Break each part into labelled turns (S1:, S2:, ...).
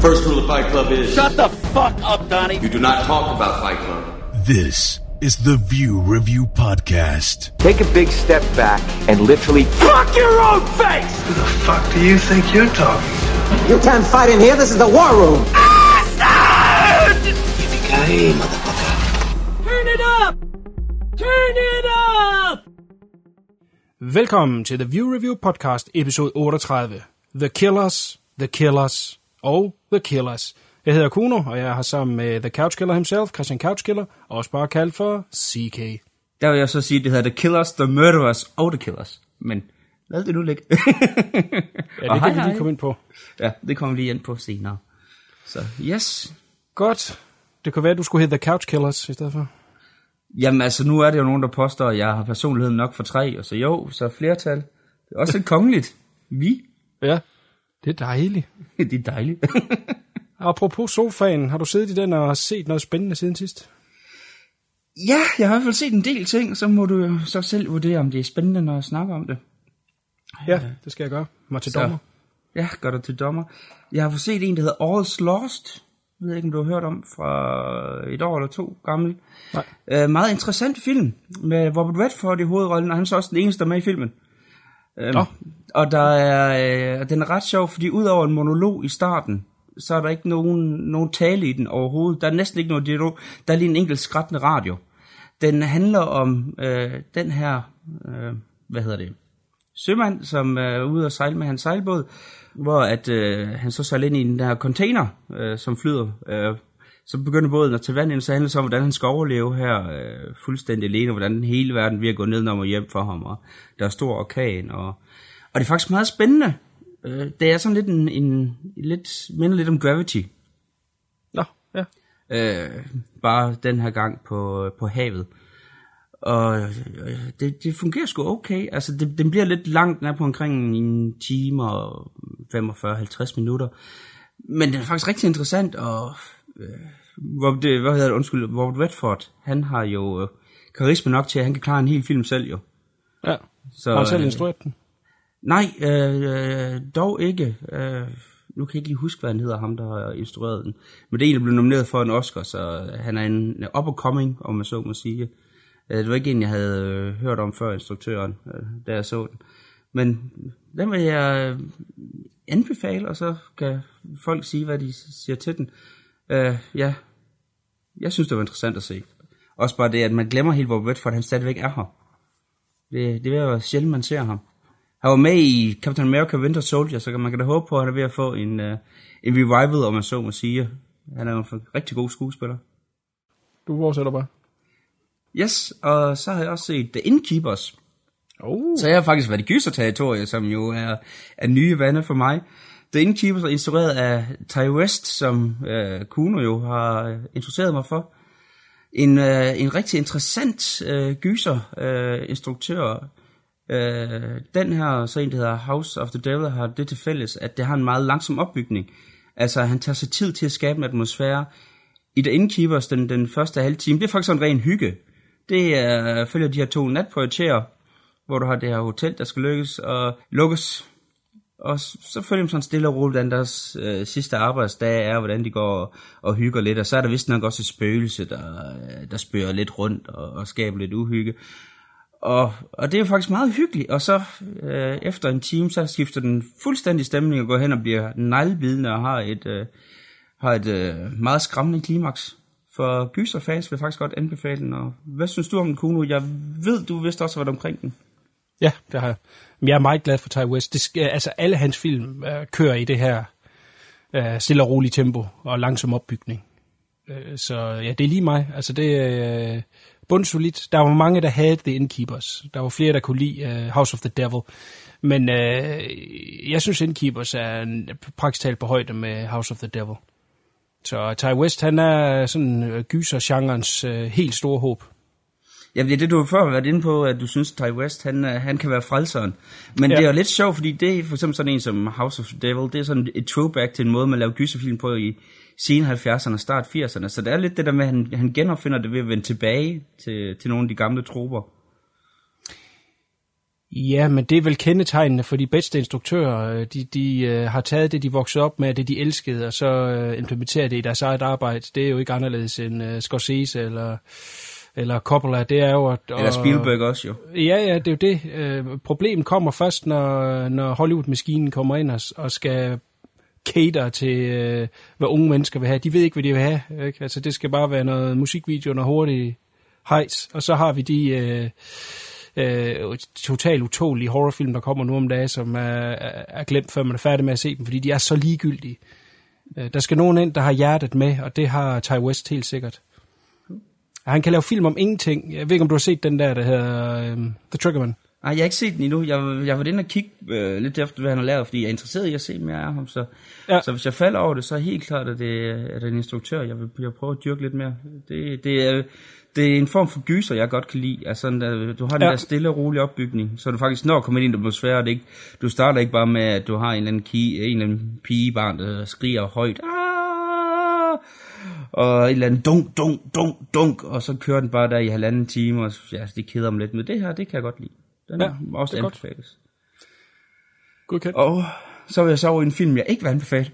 S1: First rule of Fight Club is...
S2: Shut the fuck up, Donnie!
S1: You do not talk about Fight Club.
S3: This is the View Review Podcast.
S4: Take a big step back and literally fuck your own face!
S5: Who the fuck do you think you're talking to?
S6: You can't fight in here. This is the war room.
S5: Yippee-ki-yay, motherfucker.
S7: Turn it up! Turn it up!
S8: Velkommen til The View Review Podcast, episode 38. The Killers, The Killers og The Killers. Jeg hedder Kuno, og jeg har sammen med The Couch Killer himself, Christian Couch Killer, også bare kaldt for CK.
S9: Der vil jeg så sige, at det hedder The Killers, The Murderers og The Killers. Men lad det nu ligge.
S8: Ja, det kan vi lige komme ind på.
S9: Ja, det kommer vi lige ind på senere. Så yes.
S8: Godt. Det kunne være, at du skulle hedde The Couch Killers i stedet for.
S9: Jamen altså, nu er det jo nogen, der påstår, at jeg har personligheden nok for 3, og så jo, så flertal. Det er også lidt kongeligt. Vi?
S8: Ja, det er dejligt.
S9: Det er dejligt.
S8: Apropos sofaen, har du siddet i den og set noget spændende siden sidst?
S9: Ja, jeg har i hvert fald set en del ting, så må du jo så selv vurdere, om det er spændende, når jeg snakker om det.
S8: Ja, det skal jeg gøre. Mig til dommer.
S9: Ja, gør dig til dommer. Jeg har fået set en, der hedder All's Lost. Jeg ved ikke, om du har hørt om, fra et år eller 2 gammel.
S8: Nej.
S9: Meget interessant film, med Robert Redford i hovedrollen, og han er så også den eneste, der er med i filmen. Og der er, den er ret sjov, fordi udover en monolog i starten, så er der ikke nogen tale i den overhovedet. Der er næsten ikke noget dialog. Der er lige en enkelt skrattende radio. Den handler om den her, sømand, som er ude og sejle med hans sejlbåd, hvor at han så sejler ind i den der container, som flyder. Så begynder båden at tage vand ind, så handler det om, hvordan han skal overleve her fuldstændig alene, og hvordan hele verden vil gå ned og hjem for ham, og der er stor orkan, og det er faktisk meget spændende. Det er sådan lidt minder lidt om Gravity.
S8: Nå, ja.
S9: Bare den her gang på havet. Og det fungerer sgu okay. Altså, den bliver lidt langt, den er på omkring en time og 45-50 minutter. Men den er faktisk rigtig interessant, og Robert Redford, han har jo karisma nok til, at han kan klare en hel film selv jo.
S8: Ja, så, har han selv instrueret den?
S9: Nej, dog ikke. Nu kan jeg ikke lige huske, hvad han hedder, ham der har instrueret den. Men det er en, der blev nomineret for en Oscar, så han er en up-and-coming, om man så må sige. Det var ikke en, jeg havde hørt om før, instruktøren, da jeg så den. Men den vil jeg anbefale, og så kan folk sige, hvad de siger til den. Ja, jeg synes, det var interessant at se. Også bare det, at man glemmer helt, hvor Redford han stadigvæk er her. Det er jo sjældent, man ser ham. Han var med i Captain America Winter Soldier, så man kan da håbe på, at han er ved at få en revival, om man så må sige. Han er jo en rigtig god skuespiller.
S8: Du fortsætter bare.
S9: Yes, og så har jeg også set The Innkeepers. Så jeg har faktisk været i gyserterritoriet, som jo er nye vande for mig. The Innkeepers er instrueret af Ty West, som Kuno jo har introduceret mig for. En rigtig interessant gyser-instruktør. Den her, så en, der hedder House of the Devil, har det til fælles, at det har en meget langsom opbygning. Altså, han tager sig tid til at skabe en atmosfære. I The Innkeepers, den første halve time, det er faktisk en ren hygge. Det følger de her 2 natprojekterer, hvor du har det her hotel, der skal lukkes. Og så følger de sådan stille og roligt, hvordan deres sidste arbejdsdag er, hvordan de går og hygger lidt. Og så er der vist nok også et spøgelse, der spørger lidt rundt og skaber lidt uhygge. Og det er jo faktisk meget hyggeligt. Og så efter en time, så skifter den fuldstændig stemning og går hen og bliver neglebidende og har et meget skræmmende klimaks. For gyserfans vil jeg faktisk godt anbefale den. Og hvad synes du om den, Kuno? Jeg ved, du vidste også, hvad der omkring den.
S8: Ja, det har jeg. Men jeg er meget glad for Ty West. Altså alle hans film kører i det her stille og roligt tempo og langsom opbygning. Så ja, det er lige mig. Altså det er bundsolidt. Der var mange, der havde The Innkeepers. Der var flere, der kunne lide House of the Devil. Men jeg synes, Innkeepers er praktisk talt på højde med House of the Devil. Så Ty West, han er sådan gyser-genrens helt store håb.
S9: Jamen det er det, du har før været inde på, at du synes, Ty West, han kan være frelseren. Men det er jo lidt sjovt, fordi det er for eksempel sådan en som House of the Devil, det er sådan et throwback til en måde, man laver gyserfilm på i sen 70'erne og start 80'erne. Så det er lidt det der med, at han genopfinder det ved at vende tilbage til nogle af de gamle troper.
S8: Ja, men det er vel kendetegnende for de bedste instruktører. De har taget det, de voksede op med, det de elskede, og så implementerer det i deres eget arbejde. Det er jo ikke anderledes end Scorsese eller Coppola. Det er jo...
S9: Eller Spielberg også jo.
S8: Ja, det er jo det. Problemet kommer først, når Hollywood-maskinen kommer ind og skal cater til, hvad unge mennesker vil have. De ved ikke, hvad de vil have. Ikke? Altså, det skal bare være noget musikvideo, noget hurtigt hejs, og så har vi de... totalt utålige horrorfilm, der kommer nu om dagen, som er glemt, før man er færdig med at se dem, fordi de er så ligegyldige. Der skal nogen ind, der har hjertet med, og det har Ty West helt sikkert. Han kan lave film om ingenting. Jeg ved ikke, om du har set den der hedder The Triggerman.
S9: Nej, jeg har ikke set den endnu. Jeg var inde og kigge lidt efter, hvad han har lavet, fordi jeg er interesseret i at se mere af ham. Så hvis jeg falder over det, så er helt klart, at det er en instruktør, jeg vil prøve at dyrke lidt mere. Det er en form for gyser, jeg godt kan lide. Altså, du har den der stille og rolig opbygning, så du faktisk når at komme ind i den atmosfære. Du starter ikke bare med, at du har en eller anden pigebarn, der skriger højt. Og et eller andet dunk, og så kører den bare der i 1,5 time, og ja, det keder mig lidt. Men det her, det kan jeg godt lide. Den er også anbefales.
S8: Godkendt.
S9: Og så vil jeg så over en film, jeg ikke vil anbefale.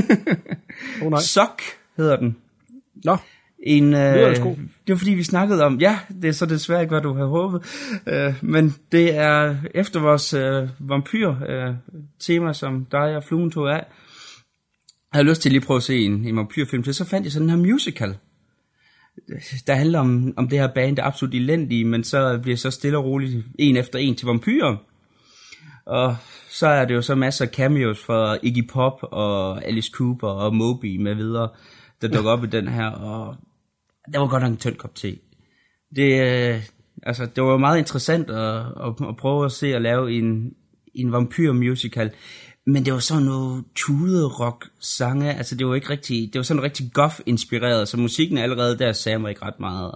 S8: Nej.
S9: Suck hedder den.
S8: Nå.
S9: Det var fordi vi snakkede om, det er så desværre ikke, hvad du havde håbet, men det er efter vores vampyr-tema, som dig og Fluen tog af. Jeg havde lyst til lige at prøve at se en vampyrfilm til, så fandt jeg sådan en her musical, der handler om det her band, der er absolut elendige, men så bliver så stille og roligt en efter en til vampyrer. Og så er det jo så masser af cameos fra Iggy Pop og Alice Cooper og Moby med videre, der dukker op i den her, og det var godt nok en tynd kop te. Det var meget interessant at prøve at se at lave en vampyr-musical, men det var sådan noget tude-rock-sange, altså det var ikke rigtig, det var sådan rigtig goth-inspireret, så musikken allerede der sagde mig ikke ret meget,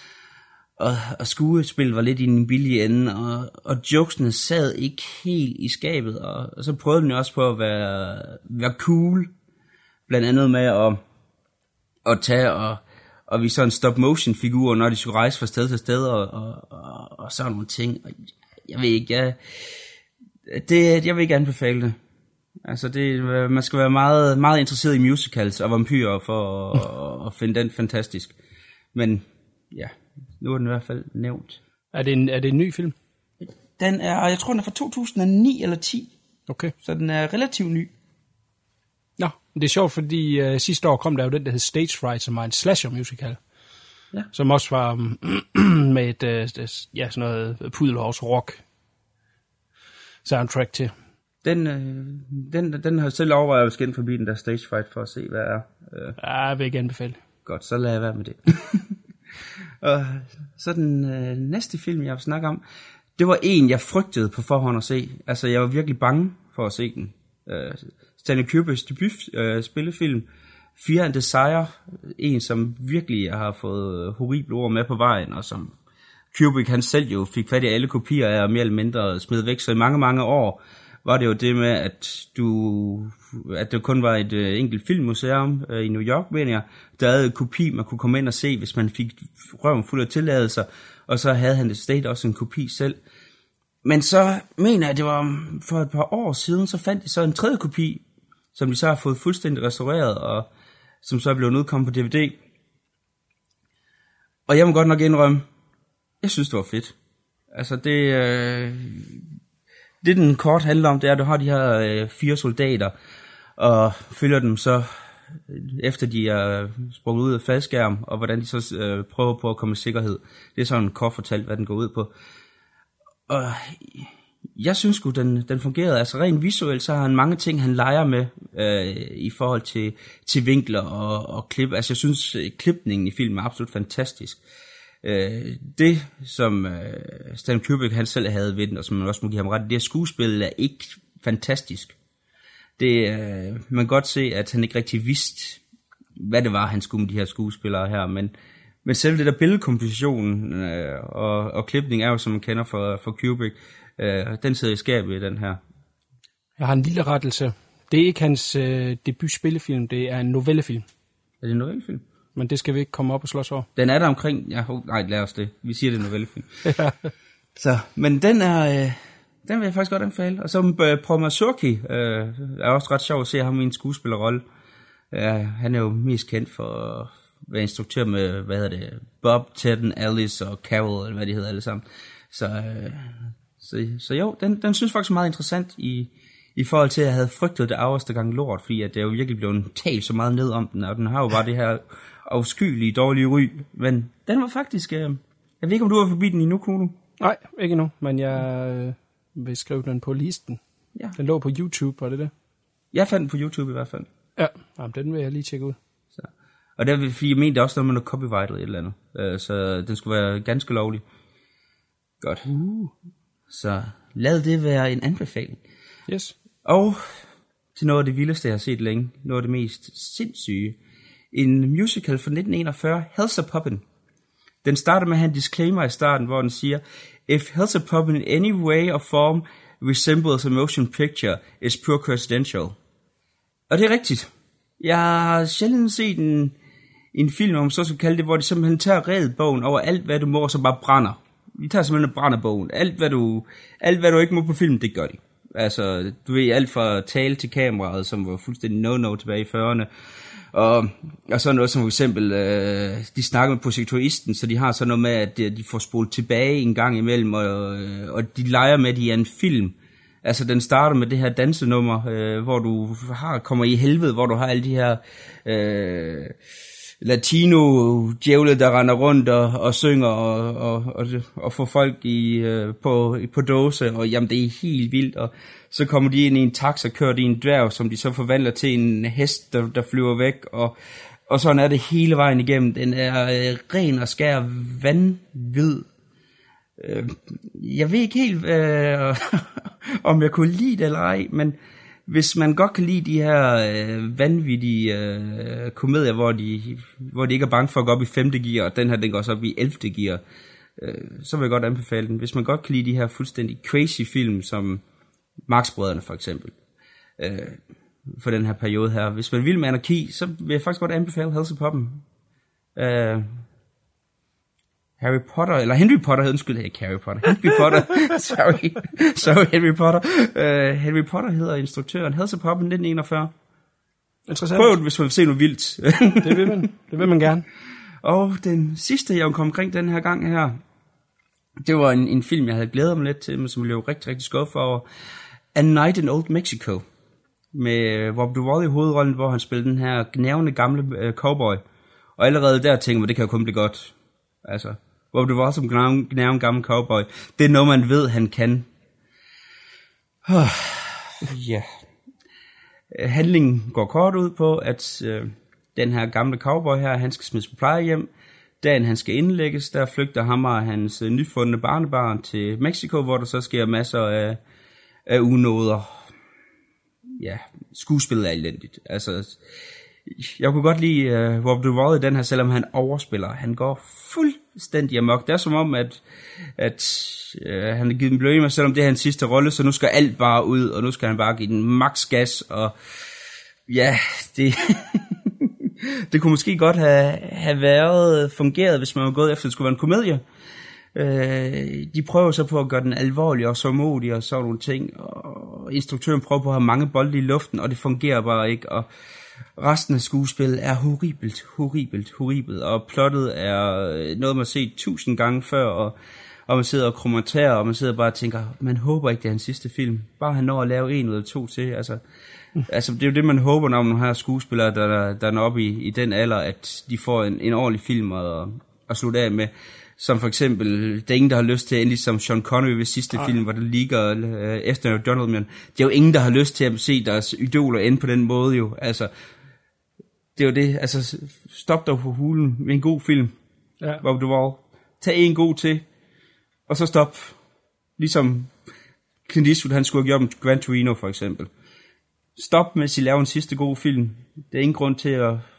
S9: og skuespillet var lidt i en billig ende, og jokesene sad ikke helt i skabet, og så prøvede den jo også på at være cool, blandt andet med at tage og vise sådan en stop-motion-figur, når de skulle rejse fra sted til sted, og sådan nogle ting. Og jeg ved ikke, jeg vil ikke anbefale det. Altså, man skal være meget, meget interesseret i musicals og vampyrer for at finde den fantastisk. Men ja, nu er den i hvert fald nævnt.
S8: Er det en ny film?
S9: Jeg tror, den er fra 2009 eller 10.
S8: Okay.
S9: Så den er relativt ny.
S8: Nå, det er sjovt, fordi sidste år kom der jo den, der hed Stage Fright, som var en slasher musical. Ja. Som også var med et sådan noget pudelhårs rock soundtrack til. Den
S9: har jeg selv overvejet at skænde forbi den der Stage Fright for at se, hvad er.
S8: Jeg vil ikke anbefale.
S9: Godt, så lader jeg være med det. Og så den næste film, jeg vil snakke om, det var en, jeg frygtede på forhånd at se. Altså, jeg var virkelig bange for at se den. Stanley Kubricks debut spillefilm, Fear and Desire, en som virkelig har fået horrible ord med på vejen, og som Kubrick han selv jo fik fat i alle kopier af, og mere eller mindre smed væk, så i mange, mange år var det jo det med, at det kun var et enkelt filmmuseum i New York, mener jeg, der havde en kopi, man kunne komme ind og se, hvis man fik røven fuld af tilladelser, og så havde han det sted også en kopi selv. Men så mener jeg, det var for et par år siden, så fandt de så en tredje kopi, som de så har fået fuldstændig restaureret, og som så er blevet udkommet på DVD. Og jeg må godt nok indrømme, jeg synes, det var fedt. Altså, det den kort handler om, det er, at du har de her 4 soldater, og følger dem så, efter de er sprunget ud af faldskærm, og hvordan de så prøver på at komme i sikkerhed. Det er sådan kort fortalt, hvad den går ud på. Og jeg synes sgu, den fungerede. Altså rent visuelt, så har han mange ting, han leger med i forhold til vinkler og klip. Altså jeg synes, klipningen i filmen er absolut fantastisk. Det, som Stanley Kubrick han selv havde ved den, og som man også må give ham ret, det skuespil er ikke fantastisk. Man kan godt se, at han ikke rigtig vidste, hvad det var, han skulle med de her skuespillere her, men selv det der billedkompositionen og klipning er jo, som man kender fra Kubrick, den sidder i skabet i den her.
S8: Jeg har en lille rettelse. Det er ikke hans debut-spillefilm, det er en novellefilm.
S9: Er det en novellefilm?
S8: Men det skal vi ikke komme op og slås over.
S9: Den er der omkring, nej, lad os det. Vi siger, det er en novellefilm. Ja. Så, men den er Den vil jeg faktisk godt anbefale. Og så Paul Mazursky er også ret sjov at se ham i en skuespillerrolle. Han er jo mest kendt for at være instruktør med, Bob, Ted, Alice og Carol, eller hvad de hedder alle sammen. Så jo, den synes faktisk meget interessant i forhold til, at jeg havde frygtet det afreste gang lort, fordi at det er jo virkelig blevet talt så meget ned om den, og den har jo bare det her afskyelige, dårlige ry. Men den var faktisk... jeg ved ikke, om du var forbi den endnu, Kuno?
S8: Nej, ikke endnu, men jeg vil skrive den på listen. Ja. Den lå på YouTube, var det?
S9: Jeg fandt den på YouTube i hvert fald.
S8: Ja, jamen, den vil jeg lige tjekke ud.
S9: Så. Og der, fordi jeg mente også noget med noget copyright eller et eller andet. Så den skulle være ganske lovlig. Godt. Så lad det være en anbefaling.
S8: Yes.
S9: Og til noget af det vildeste, jeg har set længe. Noget af det mest sindssyge. En musical fra 1941, Hellzapoppin'. Den starter med at have en disclaimer i starten, hvor den siger, If Hellzapoppin' in any way or form resembles a motion picture, it's pure coincidental. Og det er rigtigt. Jeg har sjældent set en film, om så skal kalde det, hvor de simpelthen tager redbogen over alt, hvad du må, og så bare brænder. De tager simpelthen og brænder bogen. Alt, hvad du ikke må på film, det gør de. Altså, du ved, alt fra tale til kameraet, som var fuldstændig no-no tilbage i 40'erne. Og så noget som for eksempel, de snakker med projektoristen, så de har sådan noget med, at de får spolet tilbage en gang imellem, og de leger med, at de er en film. Altså, den starter med det her dansenummer, hvor du kommer i helvede, hvor du har alle de her latino-djævle, der render rundt og synger og får folk på dåse, og jamen, det er helt vildt. Og så kommer de ind i en taxa, kører de i en dværg, som de så forvandler til en hest, der flyver væk, og sådan er det hele vejen igennem. Den er ren og skær vanvid. Jeg ved ikke helt, om jeg kunne lide det eller ej, men hvis man godt kan lide de her vanvittige komedier, hvor de ikke er bange for at gå op i 5. gear, og den her, den går så op i 11. gear, så vil jeg godt anbefale den. Hvis man godt kan lide de her fuldstændig crazy film, som Marx-brødrene for eksempel, for den her periode her. Hvis man vil med anarki, så vil jeg faktisk godt anbefale Hellzapoppin'. Harry Potter, eller Henry Potter, undskyld, ikke Harry Potter. Henry Potter, sorry, Henry Potter. Henry Potter hedder instruktøren. Hellzapoppin' 1941.
S8: Interessant.
S9: Prøv det, hvis man vil se noget vildt.
S8: det vil man gerne.
S9: Og den sidste, jeg kom omkring den her gang her, det var en film, jeg havde glædet mig lidt til, men som blev rigtig, rigtig skuffet over. A Night in Old Mexico. Med Rob Duvall i hovedrollen, hvor han spillede den her gnavende gamle cowboy. Og allerede der tænker man, det kan jo kun blive godt. Altså, Rob Duvall som gnavende gamle cowboy. Det er noget, man ved, han kan. Ja. Handlingen går kort ud på, at den her gamle cowboy her, han skal smides på plejehjem. Dagen han skal indlægges, der flygter ham og hans nyfundne barnebarn til Mexico, hvor der så sker masser af unåder. Ja, skuespillet er elendigt. Altså, jeg kunne godt lide Rob Duvall i den her, selvom han overspiller. Han går fuldstændig amok. Det er som om, at han har givet en bløje med, selvom det er hans sidste rolle, så nu skal alt bare ud, og nu skal han bare give den max gas, og ja, det... Det kunne måske godt have været fungeret, hvis man var gået efter, at det skulle være en komedie. De prøver så på at gøre den alvorlig og så modig og sådan nogle ting. Og instruktøren prøver på at have mange bolde i luften, og det fungerer bare ikke. Og resten af skuespillet er horribelt. Og plottet er noget, man har set 1000 gange før, og man sidder og kommenterer, og man sidder bare og tænker, man håber ikke, det er hans sidste film. Bare han når at lave 1 eller 2 til, Altså, det er jo det, man håber, når man har skuespillere, der er oppe i den alder, at de får en ordentlig film at slutte af med. Som for eksempel, det er ingen, der har lyst til, endelig som Sean Connery ved sidste film, hvor det ligger efter Donaldman. Det er jo ingen, der har lyst til at se deres idoler ende på den måde jo. Altså, det er jo det. Altså, stop dig på hulen med en god film. Ja. Rob Duvall. Tag en god til, og så stop. Ligesom Clint Eastwood, han skulle have gjort med Gran Torino for eksempel. Stop med at lave en sidste god film. Der er ingen grund til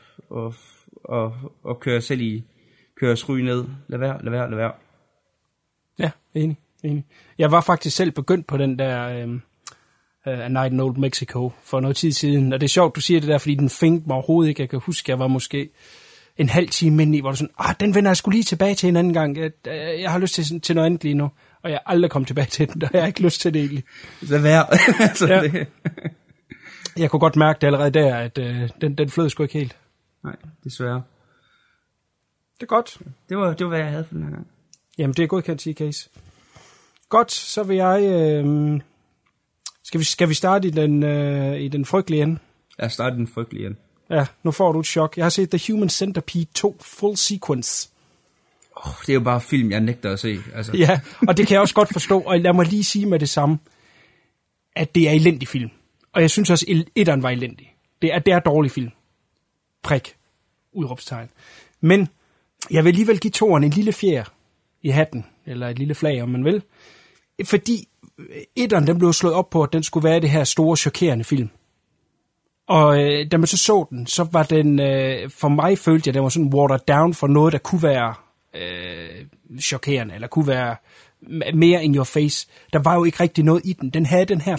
S9: at køre selv i køresryg ned. Lad være.
S8: Ja, enig. Jeg var faktisk selv begyndt på den der A Night in Old Mexico for noget tid siden. Og det er sjovt, du siger det der, fordi den fængte mig overhovedet ikke. Jeg kan huske, jeg var måske en halv time inde i, hvor du sådan, den vender jeg sgu lige tilbage til en anden gang. Jeg har lyst til noget andet lige nu. og jeg aldrig kom tilbage til den, der har jeg ikke lyst til det egentlig.
S9: Det er værd. Altså,
S8: ja.
S9: Det.
S8: Jeg kunne godt mærke det allerede der, at den flød sgu ikke helt.
S9: Nej, desværre.
S8: Det er godt.
S9: Det var hvad jeg havde for den her gang.
S8: Jamen, det er godkendt, T-Case. Godt, så vil jeg... Skal vi starte i den frygtelige ende?
S9: Jeg starter den frygtelige ende.
S8: Ja, nu får du et chok. Jeg har set The Human Centipede 2 Full Sequence.
S9: Det er jo bare film, jeg nægter at se. Altså.
S8: Ja, og det kan jeg også godt forstå. Og lad mig lige sige med det samme, at det er elendig film. Og jeg synes også, at etteren var elendig. Det er dårlig film. Prik. Udråbstegn. Men jeg vil alligevel give toeren en lille fjer i hatten. Eller et lille flag, om man vil. Fordi etteren, den blev slået op på, at den skulle være det her store, chokerende film. Og da man så den, så var den, for mig følte jeg, den var sådan watered down for noget, der kunne være chokerende, eller kunne være mere in your face. Der var jo ikke rigtig noget i den. Den havde den her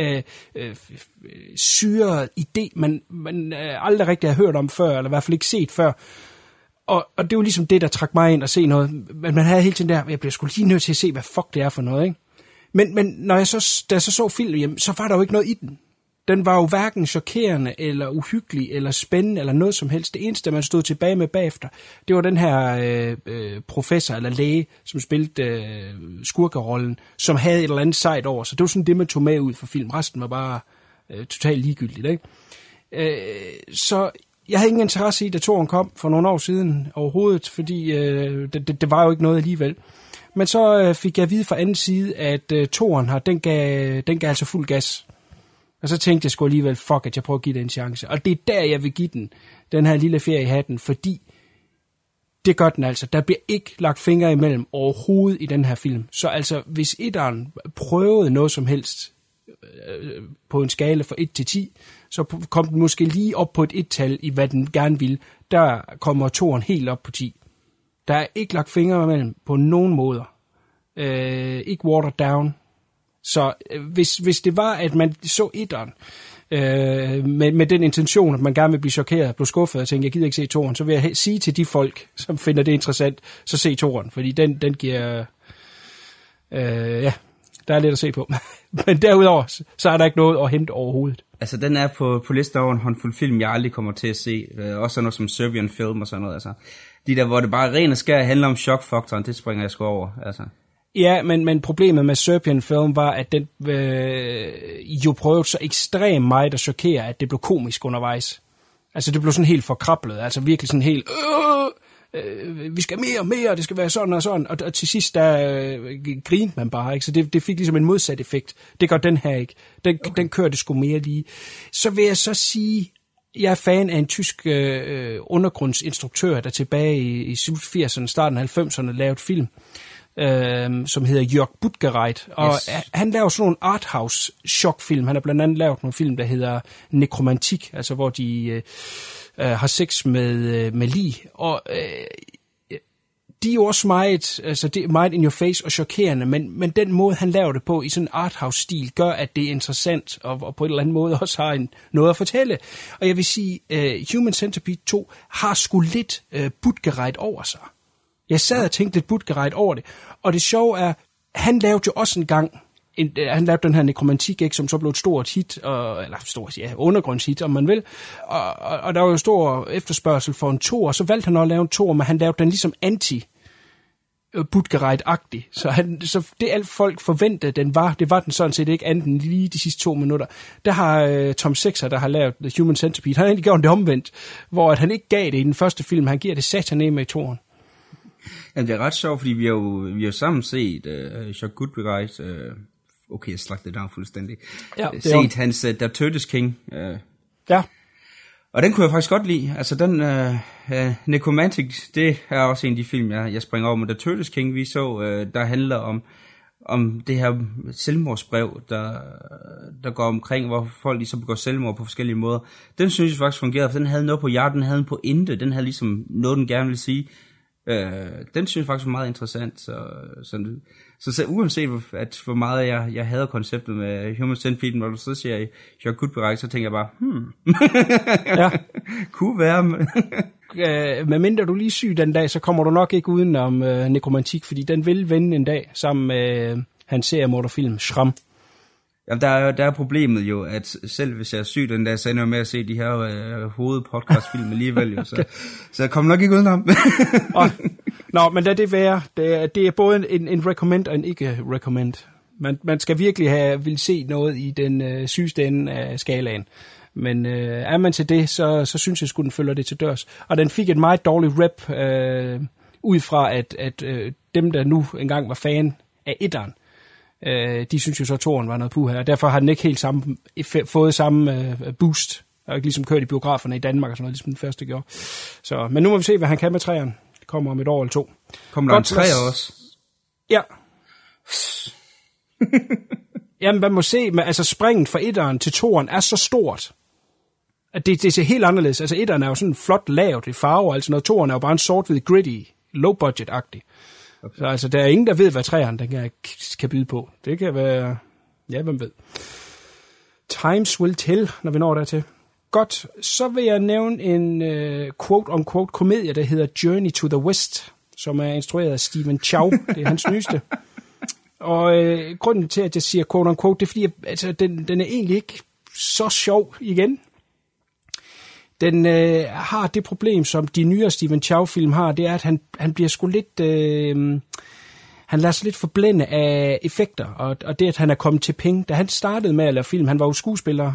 S8: syrede idé, man aldrig rigtig har hørt om før, eller i hvert fald ikke set før. Og det var ligesom det, der trak mig ind og se noget. Men man havde hele tiden der, jeg blev sgu lige nødt til at se, hvad fuck det er for noget, ikke? Men når da jeg så filmen, så var der jo ikke noget i den. Den var jo hverken chokerende, eller uhyggelig, eller spændende, eller noget som helst. Det eneste, man stod tilbage med bagefter, det var den her professor eller læge, som spillede skurkerollen, som havde et eller andet sejt over. Så det var sådan det, man tog med ud fra film. Resten var bare totalt ligegyldigt, ikke? Så jeg havde ingen interesse i, da toren kom for nogle år siden overhovedet, fordi det var jo ikke noget alligevel. Men så fik jeg at vide fra anden side, at toren her, den gav altså fuld gas. Og så tænkte jeg sgu alligevel, fuck, at jeg prøver at give det en chance. Og det er der, jeg vil give den her lille ferie i hatten, fordi det gør den altså. Der bliver ikke lagt fingre imellem overhovedet i den her film. Så altså, hvis etteren prøvede noget som helst på en skala fra 1 til 10, så kom den måske lige op på et 1-tal i, hvad den gerne vil. Der kommer toren helt op på 10. Der er ikke lagt fingre imellem på nogen måder. Ikke watered down. Så hvis det var, at man så etteren med den intention, at man gerne vil blive chokeret, blive skuffet og tænke, jeg gider ikke se toren, så vil jeg sige til de folk, som finder det interessant, så se toren, fordi den giver... der er lidt at se på. Men derudover, så er der ikke noget at hente overhovedet.
S9: Altså, den er på listen over en håndfuld film, jeg aldrig kommer til at se. Også sådan noget som Serbian Film og sådan noget. Altså, de der, hvor det bare ren og skær handler om chokfaktoren, det springer jeg sgu over. Altså.
S8: Ja, men problemet med Serbian Film var, at den jo prøvede så ekstremt meget at chokere, at det blev komisk undervejs. Altså, det blev sådan helt forkrablet. Altså, virkelig sådan helt... vi skal mere, det skal være sådan og sådan. Og til sidst, der grinte man bare, ikke? Så det fik ligesom en modsat effekt. Det gør den her ikke. Den kørte sgu mere lige. Så vil jeg så sige... Jeg er fan af en tysk undergrundsinstruktør, der tilbage i slut 80'erne, starten af 90'erne lavede film, som hedder Jörg Buttgereit. Og han laver sådan nogle arthouse chokfilm. Han har blandt andet lavet nogle film, der hedder Nekromantik, altså hvor de har sex med lig. Og de er jo også meget, altså det er meget in your face og chokerende, men den måde, han laver det på i sådan en arthouse-stil, gør, at det er interessant, og på en eller anden måde også har noget at fortælle. Og jeg vil sige, Human Centipede 2 har sgu lidt Buttgereit over sig. Jeg sad og tænkte lidt Buttgereit over det. Og det sjove er, han lavede jo også en gang, han lavede den her Nekromantik, ikke, som så blev et stort hit, undergrundshit, om man vil. Og der var jo stor efterspørgsel for en toer, og så valgte han at lave en toer, men han lavede den ligesom anti-Buttgereit-agtig. Så det alt folk forventede, det var den sådan set ikke andet end lige de sidste 2 minutter. Der har Tom Sixer, der har lavet The Human Centipede, han har egentlig gjort det omvendt, hvor at han ikke gav det i den første film, han giver det sataneme i toeren.
S9: Ja, det er ret sjovt, fordi vi har jo sammen set Jörg Buttgereit, okay, jeg slagte det down fuldstændig. Ja, set hans Der Turtles King.
S8: Ja.
S9: Og den kunne jeg faktisk godt lide. Altså den Nekromantik, det er også en af de film, jeg springer over med. Der Turtles King, vi så, der handler om det her selvmordsbrev, der går omkring, hvor folk ligesom begår selvmord på forskellige måder. Den synes jeg faktisk fungerede, for den havde noget på hjertet, den havde en pointe, den havde ligesom noget, den gerne ville sige. Den synes jeg faktisk var meget interessant, så uanset hvor meget jeg hader konceptet med Human Centipede, når du så siger Jörg Buttgereit, så tænker jeg bare, ja. Kunne være.
S8: medmindre du lige er syg den dag, så kommer du nok ikke uden om nekromantik, fordi den vil vende en dag sammen med hans seriemorderfilm Schramm.
S9: Jamen, der er problemet jo, at selv hvis jeg er syg den dag, så ender jeg med at se de her hovedpodcastfilm alligevel jo, så jeg kommer nok ikke udenom.
S8: Nå, men lad det være. Det er både en recommend og en ikke-recommend. Man skal virkelig vil se noget i den sygeste ende af skalaen. Men er man til det, så synes jeg sgu, den følger det til dørs. Og den fik et meget dårligt rep ud fra, at dem, der nu engang var fan af etteren, de synes jo så, at toren var noget puha, og derfor har den ikke helt fået samme boost, og ikke ligesom kørt i biograferne i Danmark og sådan noget, ligesom den første gjorde. Så, men nu må vi se, hvad han kan med træerne. Det kommer om et år eller to.
S9: Kommer der en træer også?
S8: Ja. Jamen, man må se, altså springet fra etteren til toren er så stort, at det ser helt anderledes. Altså etteren er jo sådan flot lavt i farver, altså noget, toren er jo bare en sort-hvid gritty, low-budget-agtig. Okay. Så altså, der er ingen, der ved, hvad træerne den kan byde på. Det kan være, ja, hvem ved. Times will tell, når vi når dertil. Godt, så vil jeg nævne en quote-on-quote komedie, der hedder Journey to the West, som er instrueret af Stephen Chow. Det er hans nyeste. Og grunden til, at jeg siger quote-on-quote, det er fordi, altså, den er egentlig ikke så sjov igen. Den har det problem, som de nyere Stephen Chow-film har, det er, at han bliver sgu lidt... han lader sig lidt forblænde af effekter, og det, at han er kommet til penge. Da han startede med at lave film, han var jo skuespiller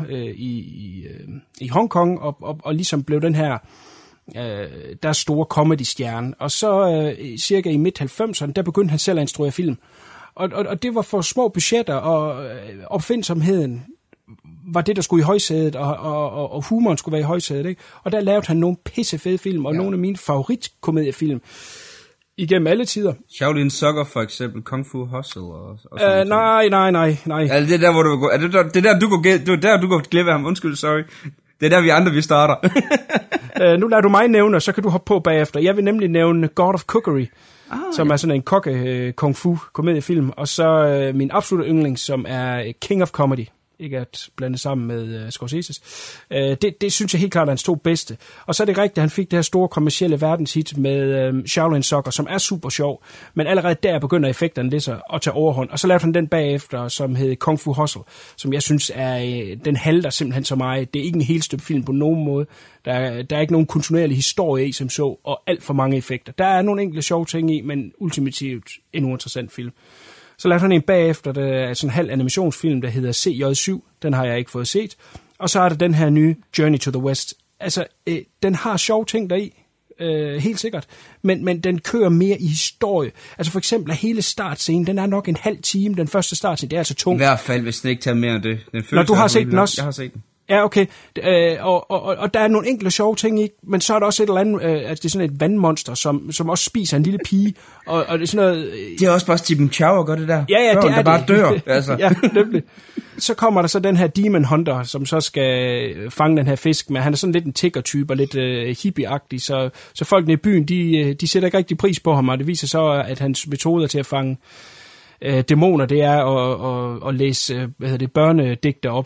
S8: i Hongkong, og ligesom blev den her der store comedy-stjerne. Og så cirka i midt-90'erne, der begyndte han selv at instruere film. Og det var for små budgetter, og opfindsomheden var det, der skulle i højsædet, og humoren skulle være i højsædet, ikke? Og der lavede han nogle pissefede film, og nogle af mine favoritkomediefilm igennem alle tider.
S9: Shaolin Soccer for eksempel, Kung Fu Hustle og
S8: nej.
S9: Altså, det er der, hvor du går, det er der, du går glip af ham. Undskyld, sorry. Det er der, vi andre, vi starter.
S8: Nu lader du mig nævne, og så kan du hoppe på bagefter. Jeg vil nemlig nævne God of Cookery, som er sådan en kung fu komediefilm, og så min absolutte yndling, som er King of Comedy. Ikke at blande sammen med Scorsese's. Det synes jeg helt klart er hans to bedste. Og så er det rigtigt, at han fik det her store kommercielle verdenshit med Shaolin Soccer, som er super sjov, men allerede der begynder effekterne lidt at tage overhånd. Og så lavede han den bagefter, som hed Kung Fu Hustle, som jeg synes er, den halter simpelthen så meget. Det er ikke en helt støbt film på nogen måde. Der er ikke nogen kontinuerlig historie i, som så, og alt for mange effekter. Der er nogle enkelte sjove ting i, men ultimativt en uinteressant film. Så lavede han en bagefter, der er sådan en halv animationsfilm, der hedder CJ7. Den har jeg ikke fået set. Og så er der den her nye Journey to the West. Altså, den har sjove ting deri, helt sikkert. Men den kører mere i historie. Altså for eksempel, at hele startscenen, den er nok en halv time. Den første startscene, det er altså tungt.
S9: I hvert fald, hvis den ikke tager mere end det.
S8: Når du har set den også?
S9: Jeg har set den.
S8: Ja, okay. Og der er nogle enkelte sjove ting i, men så er der også et eller andet, altså det er sådan et vandmonster, som også spiser en lille pige, og det er sådan noget...
S9: Det er også bare Stephen Chow at gøre det der.
S8: Ja,
S9: Børn,
S8: det er
S9: der bare
S8: det.
S9: Dør, altså.
S8: Ja, nemlig. Så kommer der så den her Demon Hunter, som så skal fange den her fisk, men han er sådan lidt en tigger-type og lidt hippie-agtig, så folkene i byen, de sætter ikke rigtig pris på ham, og det viser så, at hans metoder til at fange dæmoner, det er at læse børnedigter op.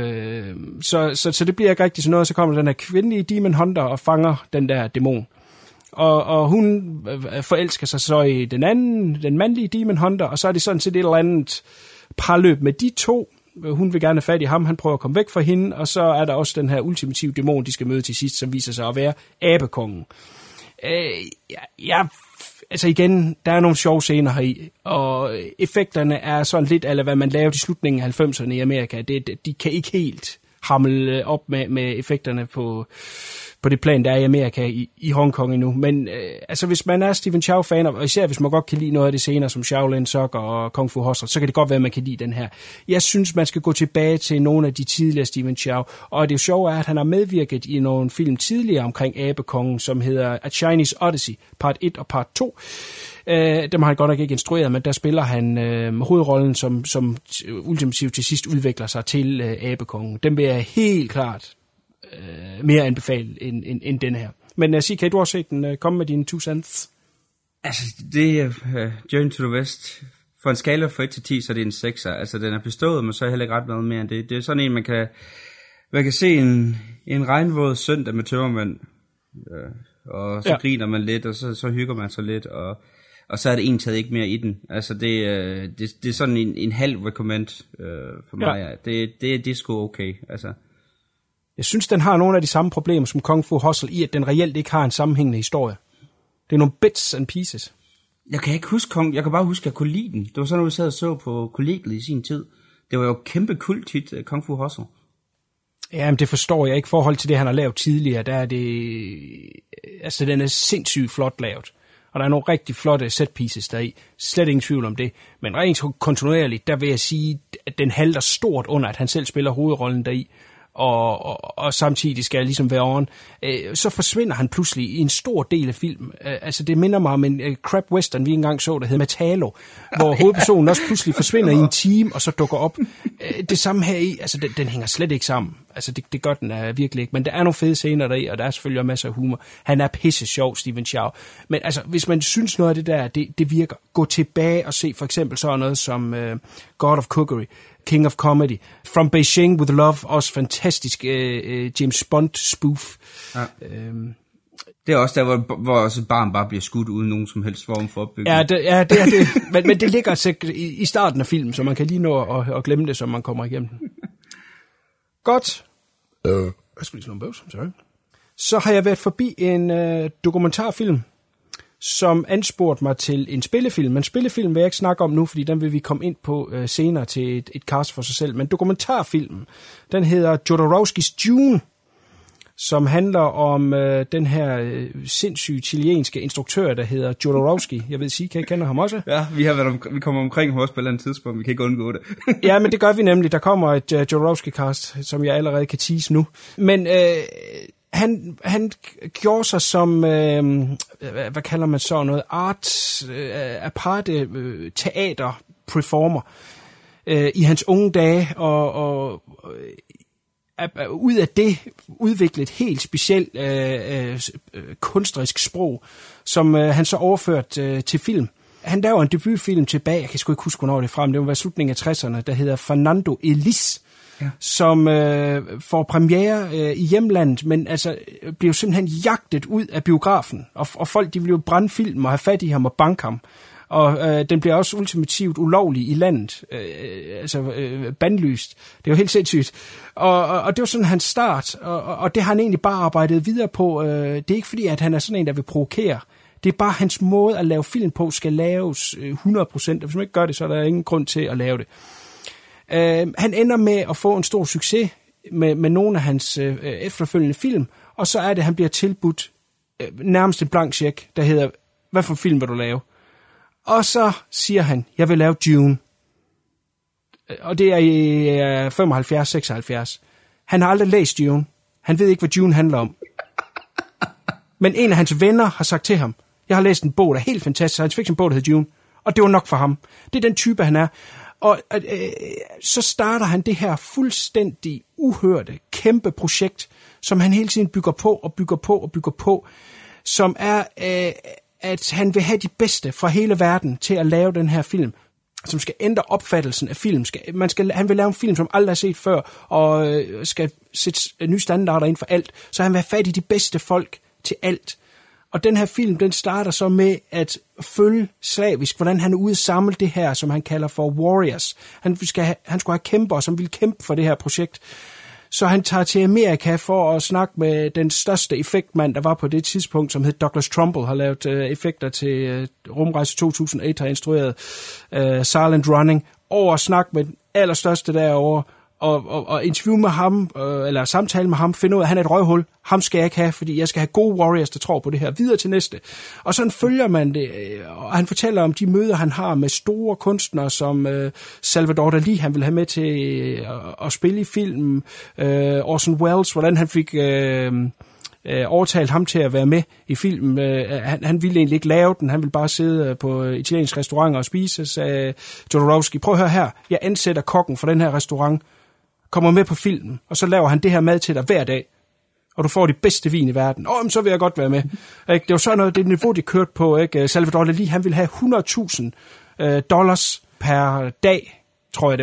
S8: Så det bliver ikke rigtig sådan noget. Så kommer den her kvindelige Demon Hunter og fanger den der dæmon. Og hun forelsker sig så i den mandlige Demon Hunter, og så er det sådan set et eller andet parløb med de to. Hun vil gerne have fat i ham, han prøver at komme væk fra hende, og så er der også den her ultimative dæmon, de skal møde til sidst, som viser sig at være abekongen. Altså igen, der er nogle sjove scener heri, og effekterne er sådan lidt, eller hvad man lavede i slutningen af 90'erne i Amerika. De kan ikke helt hamle op med effekterne på det plan, der er i Amerika i Hongkong endnu. Men altså, hvis man er Stephen Chow-fan, og især hvis man godt kan lide noget af det scener, som Shaolin Soccer og Kung Fu Hustle, så kan det godt være, at man kan lide den her. Jeg synes, man skal gå tilbage til nogle af de tidligere Stephen Chow, og det sjove er, at han har medvirket i nogle film tidligere omkring abekongen, som hedder A Chinese Odyssey, part 1 og part 2. Dem har han godt nok ikke instrueret, men der spiller han hovedrollen, som ultimativt til sidst udvikler sig til abekongen. Dem vil jeg helt klart mere anbefale end den her. Men CK, du har set den. Kom med dine 2 cents.
S9: Altså, det er Journey to the West. For en skala fra 1 til 10, så er det en 6'er. Altså, den er bestået, men så er heller ikke ret meget mere end det. Det er sådan en, man kan se en regnvåd søndag med tømmermænd Og så griner man lidt, og så hygger man sig lidt, og så er det egentlig ikke mere i den. Altså det er sådan en halv recommend for mig. Det er sgu okay. Altså.
S8: Jeg synes, den har nogle af de samme problemer som Kung Fu Hustle i, at den reelt ikke har en sammenhængende historie. Det er nogle bits and pieces.
S9: Jeg kan ikke huske jeg kan bare huske, at jeg kunne lide den. Det var sådan noget, vi sad og så på kollegiet i sin tid. Det var jo kæmpe kult hit, Kung Fu Hustle.
S8: Jamen, det forstår jeg ikke. I forhold til det, han har lavet tidligere, der er det... Altså, den er sindssygt flot lavet. Og der er nogle rigtig flotte set pieces deri. Slet ingen tvivl om det. Men rent kontinuerligt, der vil jeg sige, at den halter stort under, at han selv spiller hovedrollen deri. Og samtidig skal jeg ligesom være on. Så forsvinder han pludselig i en stor del af filmen. Altså det minder mig om en crap western, vi engang så, der hedder Matalo, hvor hovedpersonen også pludselig forsvinder i en time, og så dukker op. Det samme her i, altså den hænger slet ikke sammen. Altså det gør den virkelig ikke. Men der er nogle fede scener deri, og der er selvfølgelig masser af humor. Han er pisse sjov, Stephen Chow. Men altså, hvis man synes noget af det der, det virker, gå tilbage og se for eksempel sådan noget som God of Cookery, King of Comedy, From Beijing with Love, også fantastisk James Bond spoof. Ja.
S9: Det er også der, hvor også barn bare bliver skudt uden nogen som helst form for opbygning.
S8: Ja, det er det. Men det ligger altså i starten af filmen, så man kan lige nå at glemme det, så man kommer igennem. Godt. Jeg skulle lige slå en bøvs, sorry. Så har jeg været forbi en dokumentarfilm, som anspurgte mig til en spillefilm. Men spillefilm vil jeg ikke snakke om nu, fordi den vil vi komme ind på senere til et cast for sig selv. Men dokumentarfilmen, den hedder Jodorowskis Dune, som handler om den her sindssyge chilenske instruktør, der hedder Jodorowsky. Jeg ved sige, kan I kender ham også?
S9: Ja, vi kommer omkring ham også på et eller andet tidspunkt. Vi kan ikke undgå det.
S8: Ja, men det gør vi nemlig. Der kommer et Jodorowsky-cast, som jeg allerede kan tease nu. Men han gjorde sig som, hvad kalder man så noget, aparte teater-performer i hans unge dage, og ud af det udviklet et helt specielt kunstnerisk sprog, som han så overført til film. Han laver en debutfilm tilbage, jeg kan sgu ikke huske, hvornår det er frem, det var slutningen af 60'erne, der hedder Fernando Elis, som får premiere i hjemlandet, men altså bliver simpelthen jagtet ud af biografen, og folk de vil jo brænde film og have fat i ham og banke ham. Og den bliver også ultimativt ulovlig i landet, bandlyst. Det er jo helt sindssygt. Og det var sådan hans start, og det har han egentlig bare arbejdet videre på. Det er ikke fordi, at han er sådan en, der vil provokere. Det er bare hans måde at lave film på, skal laves 100%. Hvis man ikke gør det, så er der ingen grund til at lave det. Han ender med at få en stor succes med nogle af hans efterfølgende film, og så er det, han bliver tilbudt nærmest en blank check, der hedder, hvad for film vil du lave? Og så siger han, jeg vil lave Dune. Og det er i 75-76. Han har aldrig læst Dune. Han ved ikke, hvad Dune handler om. Men en af hans venner har sagt til ham, jeg har læst en bog, der er helt fantastisk, science fiction bog, der hedder Dune. Og det var nok for ham. Det er den type, han er. Og så starter han det her fuldstændig uhørte, kæmpe projekt, som han hele tiden bygger på, som er, at han vil have de bedste fra hele verden til at lave den her film, som skal ændre opfattelsen af film. Han vil lave en film, som aldrig er set før, og skal sætte nye standarder ind for alt, så han vil have fat i de bedste folk til alt. Og den her film, den starter så med at følge slavisk, hvordan han er ude at samle det her, som han kalder for warriors. Han skulle have kæmper, som ville kæmpe for det her projekt. Så han tager til Amerika for at snakke med den største effektmand, der var på det tidspunkt, som hed Douglas Trumbull, har lavet effekter til Rumrejse 2008, har instrueret Silent Running, over at snakke med den allerstørste derovre, og interview med ham, eller samtale med ham, finde ud af, at han er et røghul. Ham skal jeg ikke have, fordi jeg skal have gode warriors, der tror på det her. Videre til næste. Og sådan følger man det, og han fortæller om de møder, han har med store kunstnere, som Salvador Dalí, han vil have med til at spille i filmen. Orson Welles, hvordan han fik overtalt ham til at være med i filmen. Han ville egentlig ikke lave den, han ville bare sidde på italienske restauranter og spise, sagde Jodorowsky. Prøv at høre her, jeg ansætter kokken for den her restaurant, kommer med på filmen, og så laver han det her mad til dig hver dag, og du får de bedste vin i verden. Så vil jeg godt være med. Det var sådan noget, det niveau, de kørte på. Ikke? Salvador Dalí, han ville have $100,000 per dag, tror jeg det var,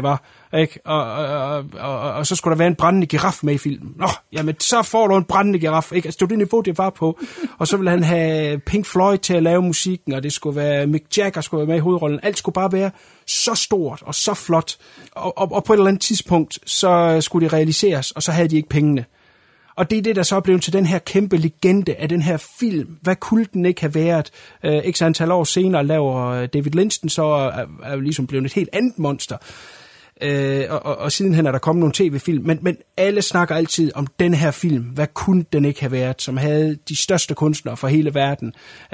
S8: Ikke? Og så skulle der være en brændende giraf med i filmen. Nå, jamen så får du en brændende giraf. Ikke? Altså, det var det niveau, det var på. Og så ville han have Pink Floyd til at lave musikken, og det skulle være Mick Jagger skulle være med i hovedrollen. Alt skulle bare være så stort og så flot. Og på et eller andet tidspunkt, så skulle det realiseres, og så havde de ikke pengene. Og det er det, der så er blevet til den her kæmpe legende af den her film. Hvad kunne den ikke have været? X antal år senere laver David Lynch den, så er jo ligesom blevet et helt andet monster. Og sidenhen er der kommet nogle tv-film, men alle snakker altid om den her film. Hvad kunne den ikke have været, som havde de største kunstnere fra hele verden?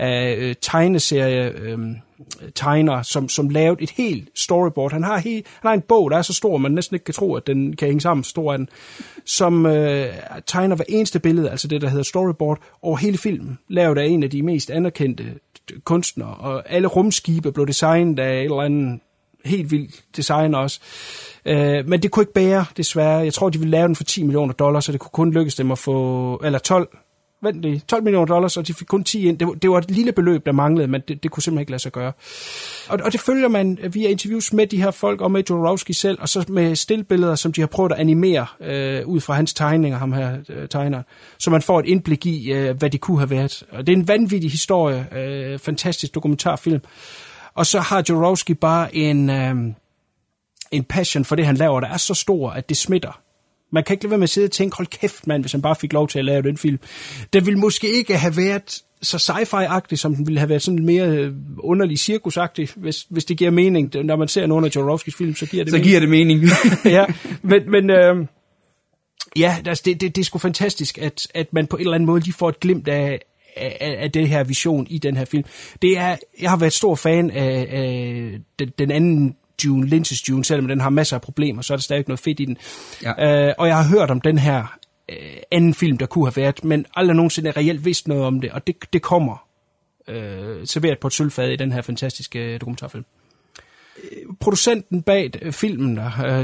S8: Tegner, som lavede et helt storyboard. Han har en bog, der er så stor, man næsten ikke kan tro, at den kan hænge sammen, så stor er den, som tegner hver eneste billede, altså det, der hedder storyboard, over hele filmen, lavet af en af de mest anerkendte kunstnere, og alle rumskibe blev designet af et eller andet helt vildt design også. Men det kunne ikke bære, desværre. Jeg tror, de ville lave den for $10 million, så det kunne kun lykkes dem at få, eller $12 million, og de fik kun 10 ind. Det var et lille beløb, der manglede, men det kunne simpelthen ikke lade sig gøre. Og det følger man via interviews med de her folk, og med Jodorowsky selv, og så med stillbilleder, som de har prøvet at animere ud fra hans tegninger, ham her tegner, så man får et indblik i, hvad det kunne have været. Og det er en vanvittig historie, fantastisk dokumentarfilm. Og så har Jodorowsky bare en passion for det, han laver, der er så stor, at det smitter. Man kan ikke lade være med at sidde og tænke, hold kæft mand, hvis han bare fik lov til at lave den film. Den ville måske ikke have været så sci-fi-agtig, som den ville have været sådan mere underlig cirkusagtig, hvis det giver mening. Når man ser nogle af Jodorowskys film, så giver det mening.
S9: Giver det mening.
S8: Ja, men ja, det er sgu fantastisk, at man på en eller anden måde lige får et glimt af det her vision i den her film. Jeg har været stor fan af den anden Dune, Lynch's Dune, selvom den har masser af problemer, så er der stadig noget fedt i den. Ja. Og jeg har hørt om den her anden film, der kunne have været, men aldrig nogensinde reelt vidst noget om det, og det kommer serveret på et sølvfad i den her fantastiske dokumentarfilm. Producenten bag filmen,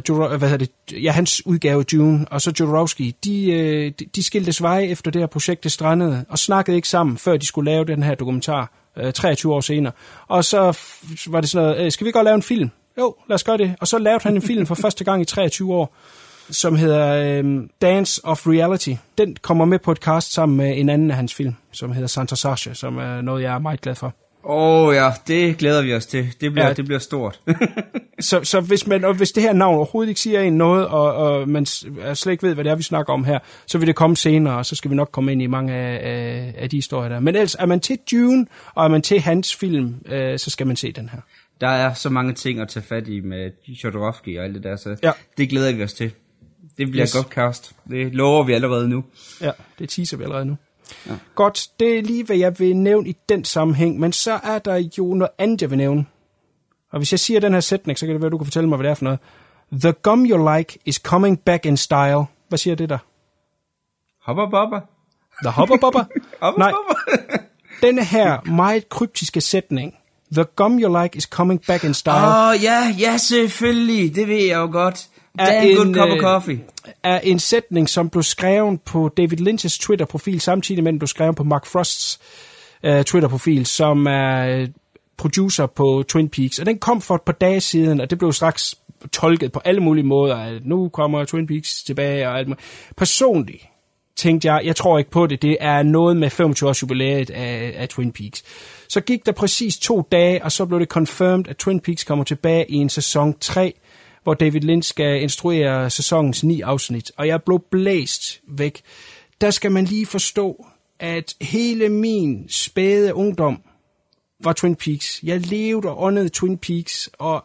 S8: hans udgave Dune, og så Jodorowsky, de skiltes veje efter det her projekt, det strandede, og snakkede ikke sammen, før de skulle lave den her dokumentar 23 år senere. Og så var det sådan noget, skal vi godt lave en film? Jo, lad os gøre det. Og så lavede han en film for første gang i 23 år, som hedder Dance of Reality. Den kommer med på et cast sammen med en anden af hans film, som hedder Santa Sasha, som er noget, jeg er meget glad for.
S9: Ja, det glæder vi os til. Det bliver stort.
S8: så hvis det her navn overhovedet ikke siger en noget, og man slet ikke ved, hvad det er, vi snakker om her, så vil det komme senere, og så skal vi nok komme ind i mange af de historier der. Men ellers er man til Dune, og er man til hans film, så skal man se den her.
S9: Der er så mange ting at tage fat i med Jodorowsky og alt det der, så det glæder vi os til. Det bliver godt cast. Det lover vi allerede nu. Ja,
S8: det teaser vi allerede nu. Ja. Godt, det er lige, hvad jeg vil nævne i den sammenhæng, men så er der jo noget andet, jeg vil nævne. Og hvis jeg siger den her sætning, så kan det være, du kan fortælle mig, hvad det er for noget. The gum you like is coming back in style. Hvad siger det der?
S9: Hopper bopper.
S8: The hopper bopper? Nej, denne her meget kryptiske sætning. The gum you like is coming back in style.
S9: Ja, selvfølgelig. Det ved jeg jo godt. Damn good cup of coffee.
S8: Er en sætning, som blev skrevet på David Lynch's Twitter-profil, samtidig med den blev skrevet på Mark Frosts Twitter-profil, som er producer på Twin Peaks. Og den kom for et par dage siden, og det blev straks tolket på alle mulige måder, at nu kommer Twin Peaks tilbage og alt muligt. Personligt tænkte jeg tror ikke på det. Det er noget med 25-års jubilæet af Twin Peaks. Så gik der præcis 2 dage, og så blev det confirmed, at Twin Peaks kommer tilbage i en sæson 3, hvor David Lynch skal instruere sæsonens 9 afsnit. Og jeg blev blæst væk. Der skal man lige forstå, at hele min spæde ungdom var Twin Peaks. Jeg levede og åndede Twin Peaks, og